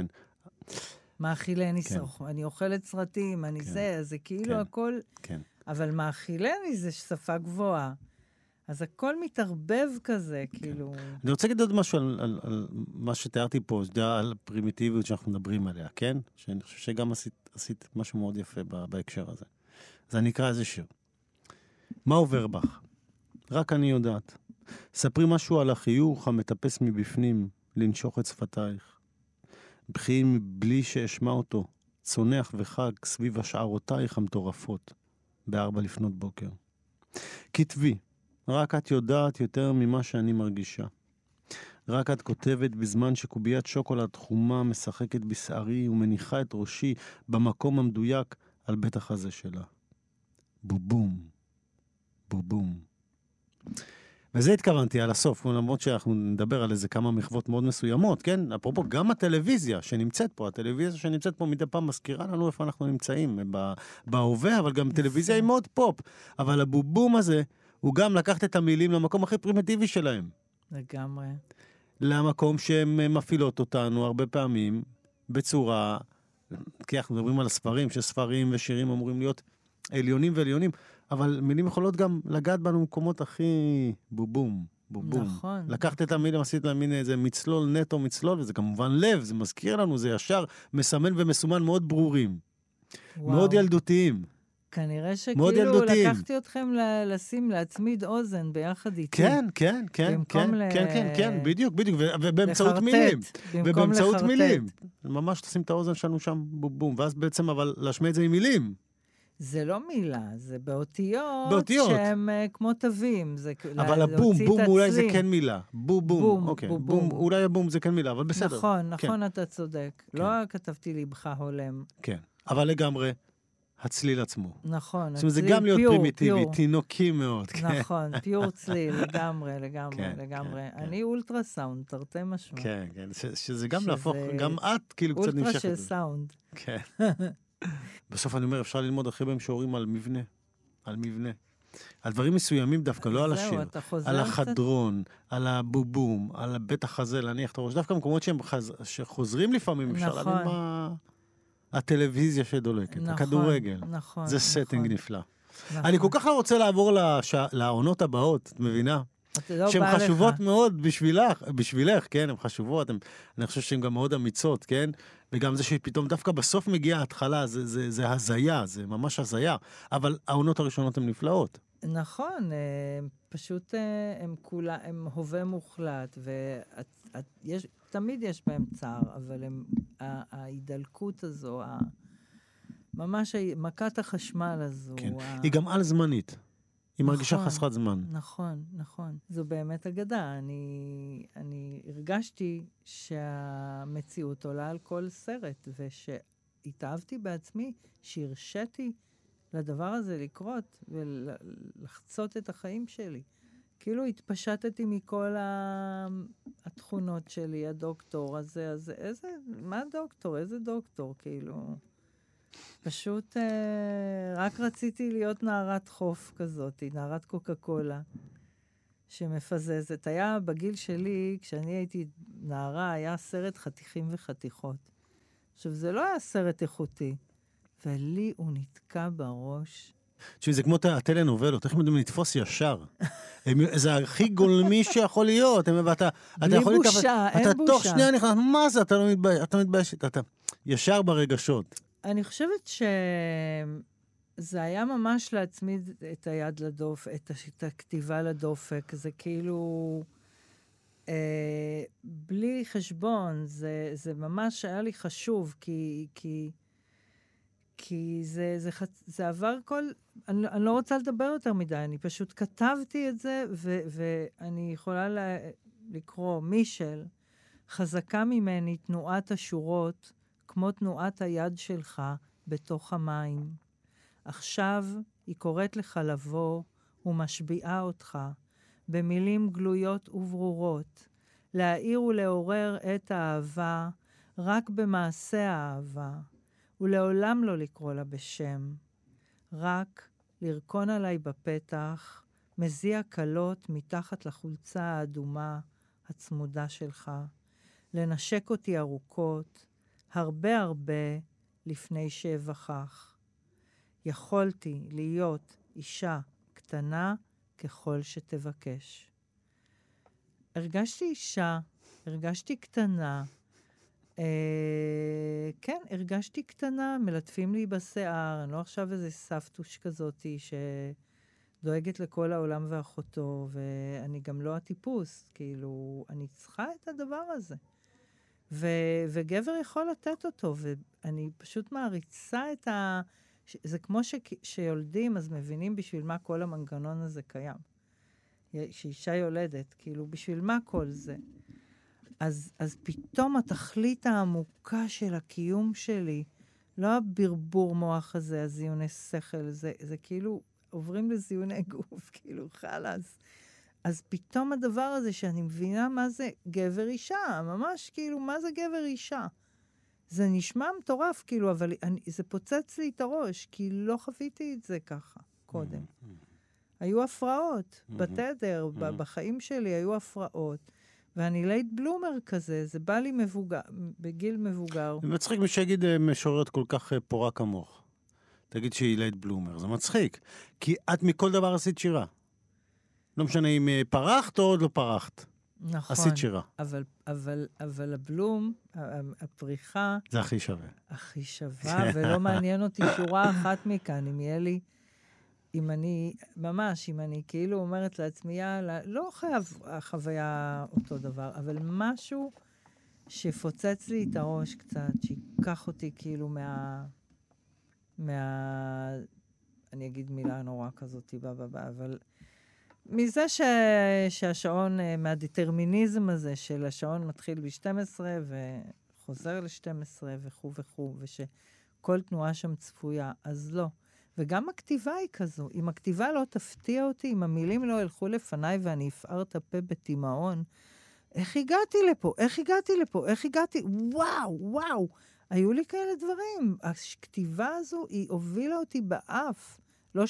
מאכילני סרטים, אני אוכלת סרטים, אני זה, זה כאילו הכל... כן. אבל מאכילני זה שפה גבוהה. אז הכל מתערבב כזה, כאילו... אני רוצה להגיד עוד משהו על מה שתיארתי פה, על הפרימיטיביות שאנחנו מדברים עליה, כן? שאני חושב שגם עשית משהו מאוד יפה בהקשר הזה. אז אני אקרא איזה שיר. מה עובר בך? רק אני יודעת. ספרי משהו על החיוך המטפס מבפנים, לנשוך את שפתייך. בכי בלי שאשמע אותו, צונח וחג סביב השערותייך המטורפות, 4 לפנות בוקר. כתבי, רק את יודעת יותר ממה שאני מרגישה. רק את כותבת בזמן שקוביית שוקולד חומה משחקת בשערי ומניחה את ראשי במקום המדויק על בית החזה שלה. בובום, בובום. וזה התכוונתי על הסוף, למרות שאנחנו נדבר על איזה כמה מחוות מאוד מסוימות, כן? אפרופו, גם הטלוויזיה שנמצאת פה, הטלוויזיה שנמצאת פה מדי פעם מזכירה לנו איפה אנחנו נמצאים, בהווה, אבל גם טלוויזיה היא מאוד פופ. אבל הבובום הזה, הוא גם לקחת את המילים למקום הכי פרימיטיבי שלהם. לגמרי. למקום שהן מפעילות אותנו הרבה פעמים בצורה, כי אנחנו מדברים על הספרים, שספרים ושירים אמורים להיות עליונים ועליונים, אבל מילים יכולות גם לגעת בנו במקומות הכי בובום, בובום. נכון. לקחת את המילים, עשית להאמין איזה מצלול, נטו מצלול, וזה כמובן לב, זה מזכיר לנו, זה ישר מסמן ומסומן מאוד ברורים. מאוד ילדותיים. כנראה שכאילו לקחתי אתכם להצמיד אוזן ביחד איתי. כן, בדיוק, ובאמצעות מילים. ובאמצעות מילים. ממש תשים את האוזן שלנו שם, בום, ואז בעצם אבל להשמיע את זה עם מילים. זה לא מילה, זה באותיות שהן כמו תווים. אבל הבום, בום אולי זה כן מילה. בום, אוקיי. בום, אולי הבום זה כן מילה, אבל בסדר. נכון, אתה צודק. לא כתבתי ליבך הולם. כן, אבל לגמרי. הצליל עצמו. נכון, הצליל זה גם להיות פרימיטיבי, תינוקי מאוד. נכון, פיור צליל, לגמרי. אני אולטרסאונד, תרתי משמע. כן, שזה גם להפוך, גם את כאילו קצת נמשכת. אולטרה של סאונד. כן. בסוף אני אומר, אפשר ללמוד הכי בהם שיעורים על מבנה. על דברים מסוימים דווקא, לא על השיר. על החדרון, על הבובום, על בית החזה, להניח את הראש. דווקא מקומות שחוזרים לפעמים, אפשר להבין מה... הטלוויזיה שדולקת, הכדורגל. נכון. זה סטינג נפלא. אני כל כך לא רוצה לעבור לעונות הבאות, את מבינה? שהן חשובות מאוד בשבילך, כן, הן חשובות, אני חושב שהן גם מאוד אמיצות, כן? וגם זה שפתאום דווקא בסוף מגיעה ההתחלה, זה הזיה, זה ממש הזיה, אבל העונות הראשונות הן נפלאות. נכון, פשוט הם הווה מוחלט, תמיד יש בהם צער, אבל ההידלקות הזו, ממש מכת החשמל הזו. כן, היא גם על זמנית. היא מרגישה חסרת זמן. נכון. זו באמת אגדה. אני הרגשתי שהמציאות עולה על כל סרט, ושהתאהבתי בעצמי, שהרשיתי לדבר הזה לקרות, ולחצות את החיים שלי. כאילו התפשטתי מכל התכונות שלי, הדוקטור הזה, מה דוקטור? איזה דוקטור? כאילו, פשוט רק רציתי להיות נערת חוף כזאת, נערת קוקה קולה, שמפזזת. היה בגיל שלי, כשאני הייתי נערה, היה סרט חתיכים וחתיכות. עכשיו, זה לא היה סרט איכותי, ולי הוא נתקע בראש. תשמעי, זה כמו הטלנובלות, איך יודעים לתפוס ישר? זה הכי גולמי שיכול להיות. בלי בושה, אין בושה. אתה תוך שנייה נכנס, מה זה? אתה לא מתבייש, אתה ישר ברגשות. אני חושבת שזה היה ממש להצמיד את היד לדופק, את הכתיבה לדופק. זה כאילו, בלי חשבון, זה ממש היה לי חשוב, כי זה עבר אני לא רוצה לדבר יותר מדי, אני פשוט כתבתי את זה, ואני יכולה לקרוא, מישל, חזקה ממני תנועת השורות, כמו תנועת היד שלך בתוך המים. עכשיו היא קוראת לך לבוא ומשביעה אותך, במילים גלויות וברורות, להעיר ולעורר את האהבה, רק במעשה האהבה. ולעולם לא לקרוא לה בשם, רק לרקון עליי בפתח, מזיע קלות מתחת לחולצה האדומה הצמודה שלך, לנשק אותי ארוכות, הרבה לפני שאבחך. יכולתי להיות אישה קטנה ככל שתבקש. הרגשתי אישה, הרגשתי קטנה, כן, הרגשתי קטנה, מלטפים לי בשיער, אני לא עכשיו איזה סבתוש כזאת שדואגת לכל העולם ואחותו, ואני גם לא הטיפוס, כאילו, אני צריכה את הדבר הזה. וגבר יכול לתת אותו, ואני פשוט מעריצה את זה כמו שיולדים, אז מבינים בשביל מה כל המנגנון הזה קיים. שאישה יולדת, כאילו, בשביל מה כל זה? אז פתאום התכלית העמוקה של הקיום שלי, לא הברבור מוח הזה, הזיוני שכל, זה כאילו עוברים לזיוני גוף, כאילו חלס. אז פתאום הדבר הזה שאני מבינה מה זה גבר אישה, ממש כאילו מה זה גבר אישה. זה נשמע מטורף כאילו, אבל זה פוצץ לי את הראש, כי לא חוויתי את זה ככה קודם. היו הפרעות בתדר, בחיים שלי היו הפרעות. ואני לייט בלומר כזה, זה בא לי בגיל מבוגר. זה מצחיק מי שיגיד משוררת כל כך פורה כמוך. תגיד שהיא לייט בלומר, זה מצחיק. כי את מכל דבר עשית שירה. לא משנה אם פרחת או עוד לא פרחת. נכון. עשית שירה. אבל הבלום, הפריחה... זה הכי שווה. הכי שווה, ולא מעניין אותי שורה אחת מכאן, אם יהיה לי... אם אני כאילו אומרת לעצמי, יאללה, לא חייב החוויה אותו דבר, אבל משהו שפוצץ לי את הראש קצת, שיקח אותי כאילו אני אגיד מילה נורא כזאת, אבל מזה שהשעון, מהדטרמיניזם הזה של השעון מתחיל ב-12 וחוזר ל-12 וכו' וכו', ושכל תנועה שם צפויה, אז לא. וגם הכתיבה היא כזו. אם הכתיבה לא תפתיע אותי, אם המילים לא ילכו לפניי ואני אפער את הפה בתימהון, איך הגעתי לפה? וואו. היו לי כאלה דברים. הכתיבה הזו, היא הובילה אותי באף. לא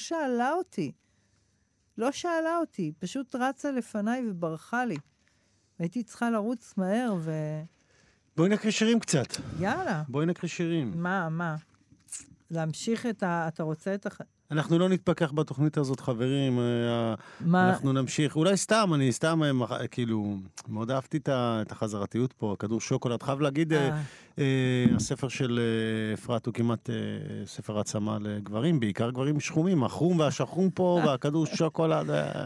שאלה אותי. פשוט רצה לפניי וברחה לי. הייתי צריכה לרוץ מהר בואי נקריא שירים קצת. יאללה. בואי נקריא שירים. מה? להמשיך אתה רוצה את אנחנו לא נתפקח בתוכנית הזאת, חברים. אנחנו נמשיך. אולי סתם, כאילו, מאוד אהבתי את החזרתיות פה, כדור שוקולד. חייב להגיד, הספר של אפרת הוא כמעט ספר עצמה לגברים, בעיקר גברים שחומים. החום והשחום פה, והכדור שוקולד.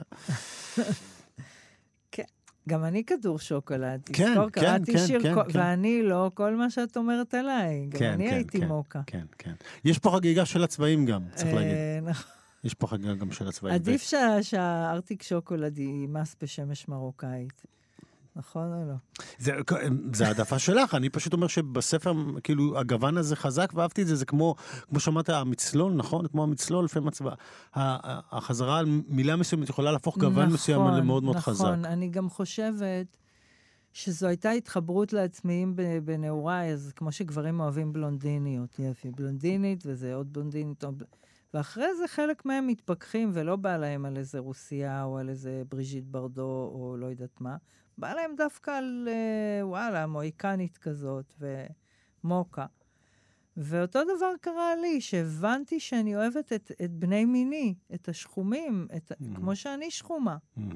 גם אני כדור שוקולד. כן, קראתי שיר, ואני לא כל מה שאת אומרת עליי. גם אני הייתי מוקה. כן. יש פה חגיגה של הצבעים גם, צריך להגיד. יש פה חגיגה גם של הצבעים. עדיף שהארטיק שוקולד היא מס בשמש מרוקאית. נכון או לא? זה העדפה שלך, אני פשוט אומר שבספר, כאילו, הגוון הזה חזק, ואהבתי את זה, זה כמו שאמרת, המצלול, נכון? כמו המצלול, לפעמים הצבע. החזרה על מילה מסוימת יכולה להפוך גוון מסוים למאוד מאוד חזק. נכון, אני גם חושבת שזו הייתה התחברות לעצמיים בנעוריי, אז כמו שגברים אוהבים בלונדיניות, יפי, בלונדינית, וזה עוד בלונדינית, ואחרי זה חלק מהם מתפכחים, ולא בא להם על איזה רוסיה, או על איזה בריז'יט ברדו, או לא יודעת מה, בא להם דווקא על, מויקנית כזאת, ומוקה. ואותו דבר קרה לי, שהבנתי שאני אוהבת את בני מיני, את השחומים, כמו שאני שחומה.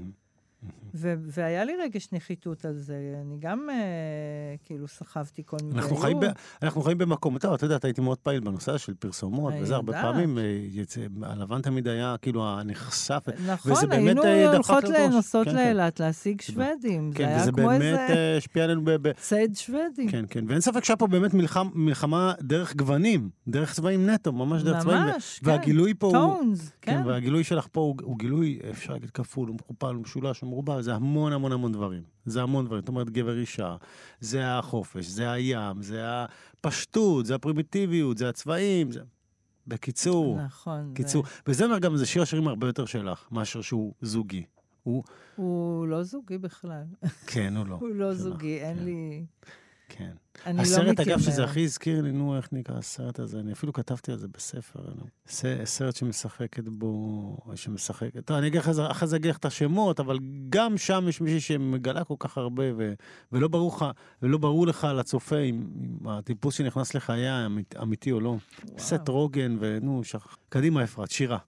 והיה לי רגש נחיתות על זה, אני גם כאילו סחבתי כל מיני. אנחנו חיים במקום, אתה יודעת, הייתי מאוד פעיל בנושא של פרסומות, וזה הרבה פעמים, הלבן תמיד היה כאילו הנחשף, נכון, היינו הולכות לנסות לאילת להשיג שוודים, זה היה כמו איזה... וזה באמת השפיע עלינו צייד שוודים. כן, כן, ואין ספק שהיה פה באמת מלחמה דרך גוונים, דרך צבעים נטו, ממש דרך צבעים. ממש, כן. והגילוי פה טונס, כן, והגילוי שלך פה הוא גילוי, אפשר להגיד כפול, הוא מכופל, הוא משולש, הוא מרובע, זה המון דברים. זה המון דברים. זאת אומרת, גבר אישה, זה החופש, זה הים, זה הפשטות, זה הפרימיטיביות, זה הצבעים, זה... בקיצור. נכון. קיצור. וזה אומר גם, זה שיר השירים הרבה יותר שלך, מאשר שהוא זוגי. הוא לא זוגי בכלל. כן, הוא לא. הוא לא זוגי, אין לי... כן. אני הסרט, לא מתיימר. אגב, שזה הכי הזכיר לי, איך נקרא הסרט הזה? אני אפילו כתבתי על זה בספר. סרט שמשחקת בו, טוב, אני אגיד אחרי זה את השמות, אבל גם שם יש מישהי שמגלה כל כך הרבה, ולא ברור לך לצופה אם הטיפוס שנכנס לחיי אמיתי או לא. סט רוגן, קדימה אפרת, שירה.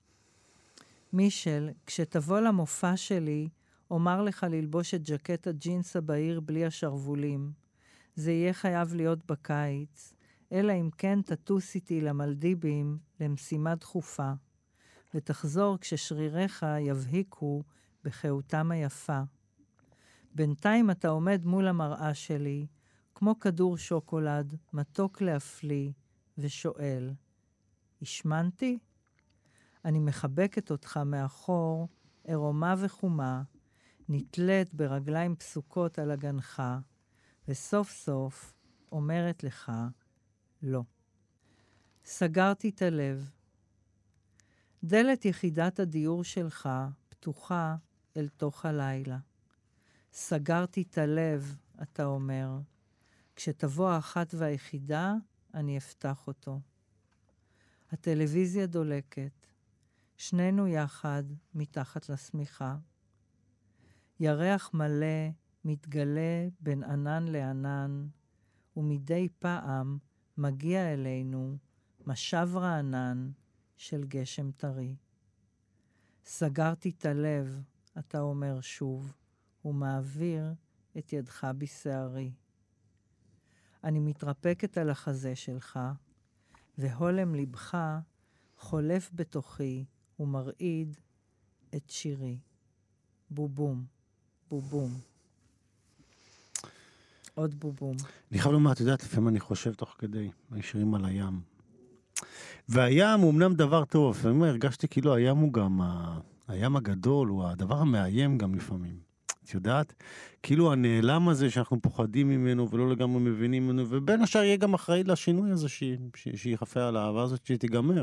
מישל, כשתבוא למופע שלי, אומר לך ללבוש את ג'קט הג'ינס הבהיר בלי השרבולים. זה יהיה חייב להיות בקיץ, אלא אם כן תטוס איתי למלדיבים למשימה דחופה, ותחזור כששריריך יבהיקו בחאותם היפה. בינתיים אתה עומד מול המראה שלי, כמו כדור שוקולד, מתוק להפליא, ושואל, השמנתי? אני מחבקת אותך מאחור, עירומה וחומה, נתלית ברגליים פסוקות על הגנך, וסוף סוף אומרת לך, לא. סגרתי את הלב. דלת יחידת הדיור שלך פתוחה אל תוך הלילה. סגרתי את הלב, אתה אומר. כשתבוא האחת והיחידה, אני אפתח אותו. הטלוויזיה דולקת. שנינו יחד מתחת לשמיכה. ירח מלא מתגלה בין ענן לענן, ומדי פעם מגיע אלינו משב רענן של גשם טרי. סגרתי את הלב, אתה אומר שוב, ומעביר את ידך בשערי. אני מתרפקת על החזה שלך, והולם לבך חולף בתוכי ומרעיד את שירי. בובום, בובום. עוד בובום. אני חייב לומר, את יודעת, לפעמים אני חושב תוך כדי, שירים על הים. והים הוא אמנם דבר טוב, לפעמים הרגשתי כאילו הים הוא גם, הים הגדול, הוא הדבר המאיים גם לפעמים. את יודעת? כאילו הנעלם הזה שאנחנו פוחדים ממנו ולא לגמרי מבינים ממנו, ובין השאר יהיה גם אחראי לשינוי הזה שיחפה על האהבה הזאת שתיגמר.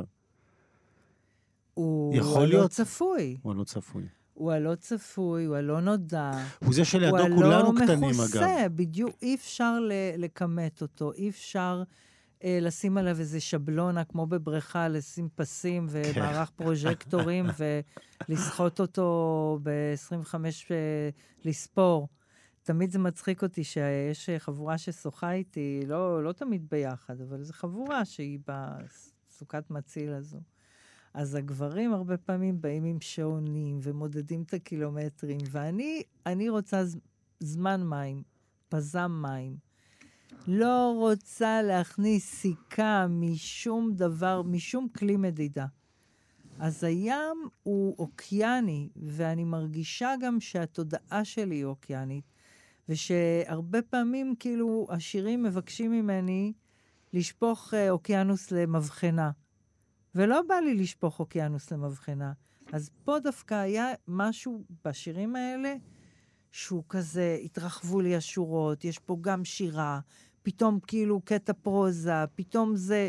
הוא הלא צפוי. הוא הלא צפוי. הוא הלא צפוי, הוא הלא נודע. הוא זה שלידו כולנו קטנים, אגב. הוא הלא מכוסה, בדיוק. אי אפשר לקמת אותו, אי אפשר לשים עליו איזה שבלונה, כמו בבריכה, לשים פסים ומערך פרוז'קטורים, ולסחוט אותו ב-25 לספור. תמיד זה מצחיק אותי שיש חבורה ששוחה איתי, לא תמיד ביחד, אבל זו חבורה שהיא בסוכת מציל הזו. אז הגברים הרבה פעמים באים עם שעונים ומודדים את הקילומטרים, ואני רוצה זמן מים, פזם מים. לא רוצה להכניס סיכה משום דבר, משום כלי מדידה. אז הים הוא אוקיאני, ואני מרגישה גם שהתודעה שלי היא אוקיאנית, ושהרבה פעמים כאילו השירים מבקשים ממני לשפוך אוקיינוס למבחנה. ולא בא לי לשפוך אוקיינוס למבחנה. אז פה דווקא היה משהו בשירים האלה, שהוא כזה, התרחבו לי השורות, יש פה גם שירה, פתאום כאילו קטע פרוזה, פתאום זה,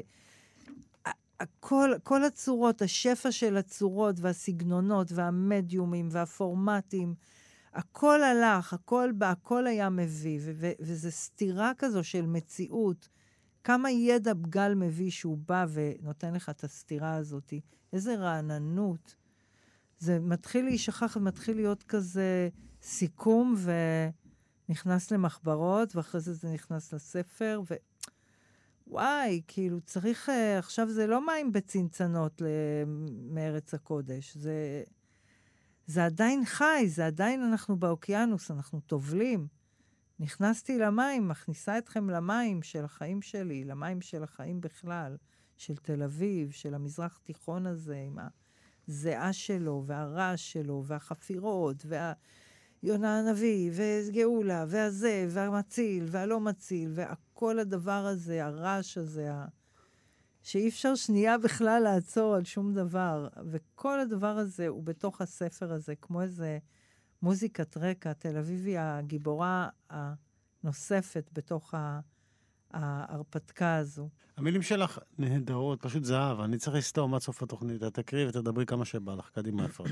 כל הצורות, השפע של הצורות והסגנונות והמדיומים והפורמטים, הכל הלך, הכל היה מביא, וזה סתירה כזו של מציאות, כמה ידע גל מביא שהוא בא ונותן לך את הסתירה הזאת. איזה רעננות. זה מתחיל להישכח, מתחיל להיות כזה סיכום, ונכנס למחברות, ואחרי זה נכנס לספר, וואי, כאילו צריך, עכשיו זה לא מים בצנצנות מארץ הקודש, זה עדיין חי, זה עדיין אנחנו באוקיינוס, אנחנו טובלים. נכנסתי למים, מכניסה אתכם למים של החיים שלי, למים של החיים בכלל, של תל אביב, של המזרח תיכון הזה, עם הזיעה שלו, והרעש שלו, והחפירות, והיונה הנביא, וגאולה, והזה, והמציל, והלא מציל, והכל הדבר הזה, הרעש הזה, שאי אפשר שנייה בכלל לעצור על שום דבר. וכל הדבר הזה הוא בתוך הספר הזה, כמו איזה מוזיקת רקע, תל אביבי הגיבורה הנוספת בתוך ההרפתקה הזו. המילים שלך נהדרות, פשוט זהב. אני צריך לסתום עד סוף התוכנית. תקריא ותדברי כמה שבא לך. קדימה, אפרת.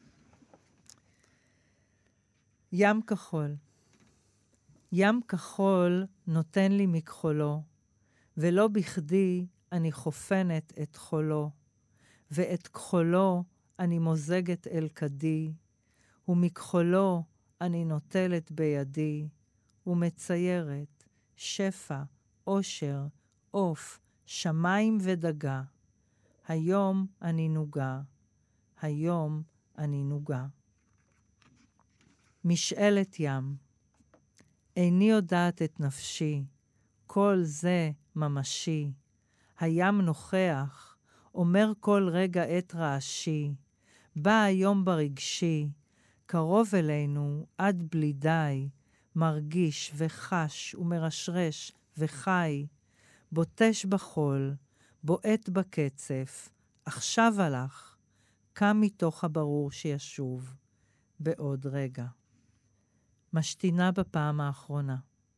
ים כחול. ים כחול נותן לי מכחולו, ולא בכדי אני חופנת את חולו, ואת כחולו אני מוזגת אל כדי, ומכחולו אני נוטלת בידי, ומציירת שפע, אושר, עוף, שמיים ודגה. היום אני נוגה, היום אני נוגה. משאלת ים. איני יודעת את נפשי, כל זה ממשי. הים נוכח, אומר כל רגע את רעשי. בא היום ברגשי, קרוב אלינו עד בלי די, מרגיש וחש ומרשרש וחי, בוטש בחול, בועט בקצף, עכשיו הלך, קם מתוך הברור שישוב, בעוד רגע. משתינה בפעם האחרונה.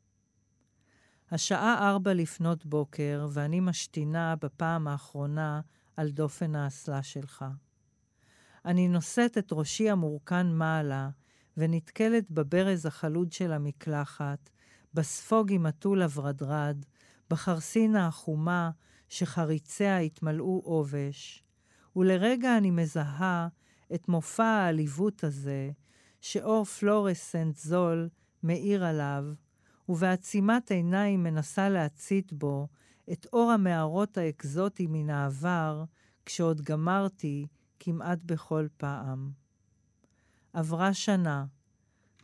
השעה 4 לפנות בוקר, ואני משתינה בפעם האחרונה על דופן האסלה שלך. אני נושאת את ראשי המורכן מעלה, ונתקלת בברז החלוד של המקלחת, בספוג עם הטול הברדרד, בחרסינה החומה שחריציה התמלאו עובש, ולרגע אני מזהה את מופע העליבות הזה, שאור פלורסנט זול מאיר עליו, ובעצימת עיניים מנסה להצית בו את אור המערות האקזוטי מן העבר, כשעוד גמרתי כמעט בכל פעם. עברה שנה,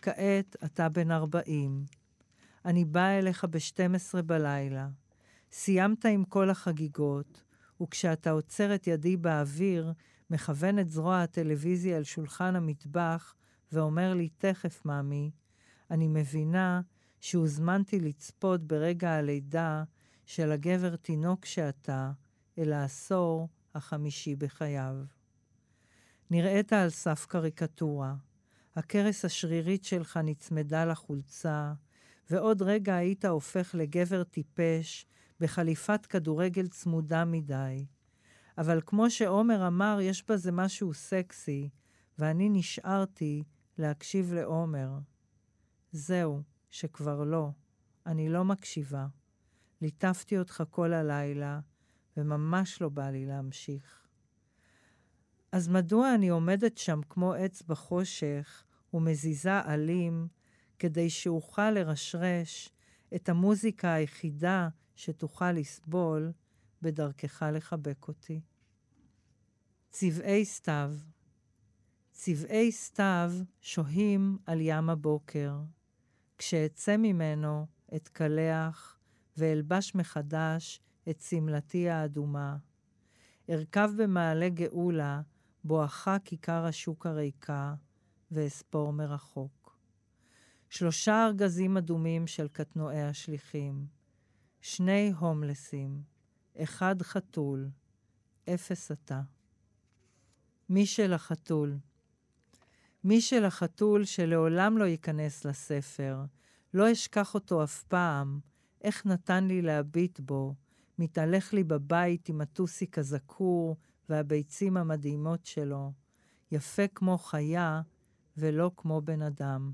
כעת אתה בן 40. אני באה אליך ב-12 בלילה. סיימת עם כל החגיגות, וכשאתה עוצר את ידי באוויר, מכוון את זרוע הטלוויזיה על שולחן המטבח, ואומר לי, תכף, מאמי, אני מבינה שהוזמנתי לצפות ברגע הלידה של הגבר תינוק שאתה, אל העשור ה-5 בחייו. נראית על סף קריקטורה. הכרס השרירית שלך נצמדה לחולצה, ועוד רגע היית הופך לגבר טיפש בחליפת כדורגל צמודה מדי. אבל כמו שעומר אמר, יש בזה משהו סקסי, ואני נשארתי להקשיב לעומר. זהו, שכבר לא. אני לא מקשיבה. ליטפתי אותך כל הלילה, וממש לא בא לי להמשיך. אז מדוע אני עומדת שם כמו עץ בחושך, ומזיזה עלים, כדי שאוכל לרשרש את המוזיקה היחידה שתוכל לסבול בדרכך לחבק אותי? צבעי סתיו. צבעי סתיו שוהים על ים הבוקר, כשאצא ממנו אתקלח ואלבש מחדש את סמלתי האדומה. ארכב במעלה גאולה, בואכה כיכר השוק הריקה, ואספור מרחוק. 3 ארגזים אדומים של קטנועי השליחים, 2 הומלסים, 1 חתול, 0 אתה. מי של החתול? מי של החתול שלעולם לא ייכנס לספר, לא אשכח אותו אף פעם, איך נתן לי להביט בו, מתהלך לי בבית עם הטוסיק הזקור והביצים המדהימות שלו, יפה כמו חיה ולא כמו בן אדם.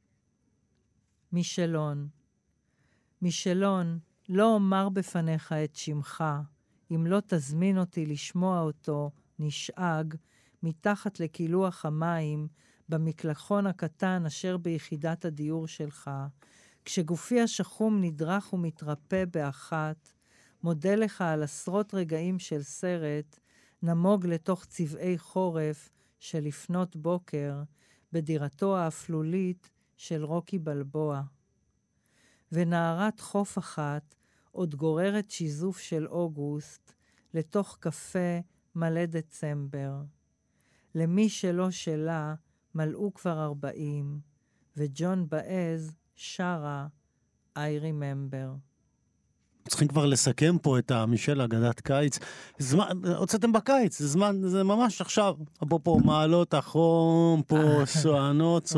מישלון. מישלון, לא אומר בפניך את שמך, אם לא תזמין אותי לשמוע אותו נשאג מתחת לקילוח המים במקלחון הקטן אשר ביחידת הדיור שלך, כשגופי השחום נדרך ומתרפא באחת, מודה לך על עשרות רגעים של סרט, נמוג לתוך צבעי חורף של לפנות בוקר, בדירתו האפלולית של רוקי בלבוע. ונערת חוף אחת עוד גוררת שיזוף של אוגוסט לתוך קפה מלא דצמבר. למי שלא שלה מלאו כבר 40, וג'ון באז שרה I remember. צריכים כבר לסכם פה את מישל אגדת קיץ. הוצאתם בקיץ, זה זמן, זה ממש עכשיו. פה מעלות, החום, פה סוענות.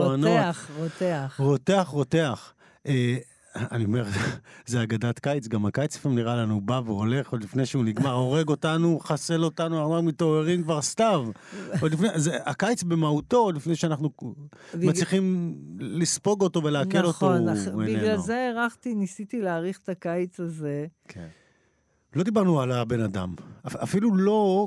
רותח. אני אומר, זה אגדת קיץ, גם הקיץ לפעמים נראה לנו בא והולך, עוד לפני שהוא נגמר, הורג אותנו, חסל אותנו, אנחנו מתעוררים כבר סתיו. הקיץ במהותו, עוד לפני שאנחנו מצליחים לספוג אותו ולהקל אותו. נכון, בגלל זה ניסיתי להעריך את הקיץ הזה. כן. לא דיברנו על הבן אדם, אפילו לא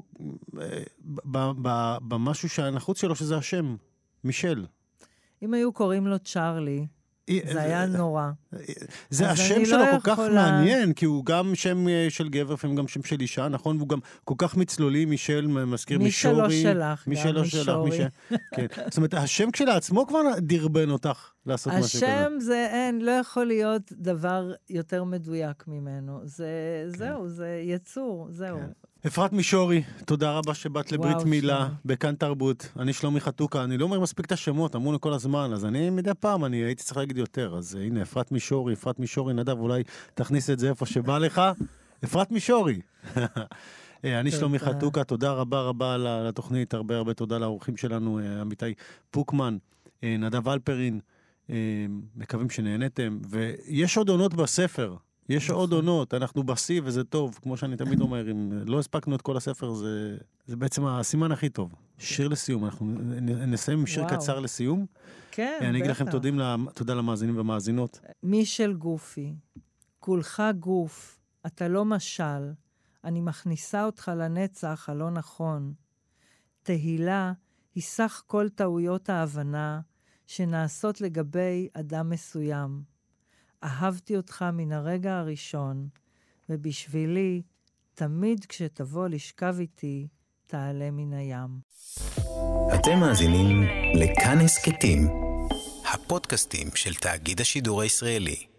במשהו שהנחוץ שלו, שזה השם, מישל. אם היו קוראים לו צ'רלי, זה היה נורא. זה השם שלו כל כך מעניין, כי הוא גם שם של גבר, לפעמים גם שם של אישה, נכון? והוא גם כל כך מצלולי, מישל מזכיר מישורי. מי שלא שלך, כן. זאת אומרת, השם כשלעצמו כבר דרבן אותך לעשות משהו כזה. השם זה לא יכול להיות דבר יותר מדויק ממנו. זהו, זה יצור, זהו. אפרת מישורי, תודה רבה שבאת לברית מילה בכאן תרבות. אני שלומי חתוקה, אני לא אומר מספיק את השמות, אמרו לי כל הזמן, אז אני מדי פעם, אני הייתי צריך להגיד יותר, אז הנה, אפרת מישורי, נדב, אולי תכניס את זה איפה שבא לך. אפרת מישורי. אני שלומי חתוקה, תודה רבה לתוכנית, הרבה תודה לאורחים שלנו, עמיתי פוקמן, נדב אלפרין, מקווים שנהנתם, ויש עוד עונות בספר, יש עוד עונות, אנחנו בסי וזה טוב, כמו שאני תמיד אומר, אם לא הספקנו את כל הספר, זה בעצם הסימן הכי טוב. שיר לסיום, אנחנו נסיים עם שיר קצר לסיום. כן, בטח. אני אגיד לכם תודה למאזינים ומאזינות. מישל גופי, כולך גוף, אתה לא משל, אני מכניסה אותך לנצח הלא נכון. תהילה היא סך כל טעויות ההבנה שנעשות לגבי אדם מסוים. אהבתי אותך מן הרגע הראשון, ובשבילי, תמיד כשתבוא לשכב איתי, תעלה מן הים. אתם מאזינים לכאן הסכתים, הפודקאסטים של תאגיד השידור הישראלי.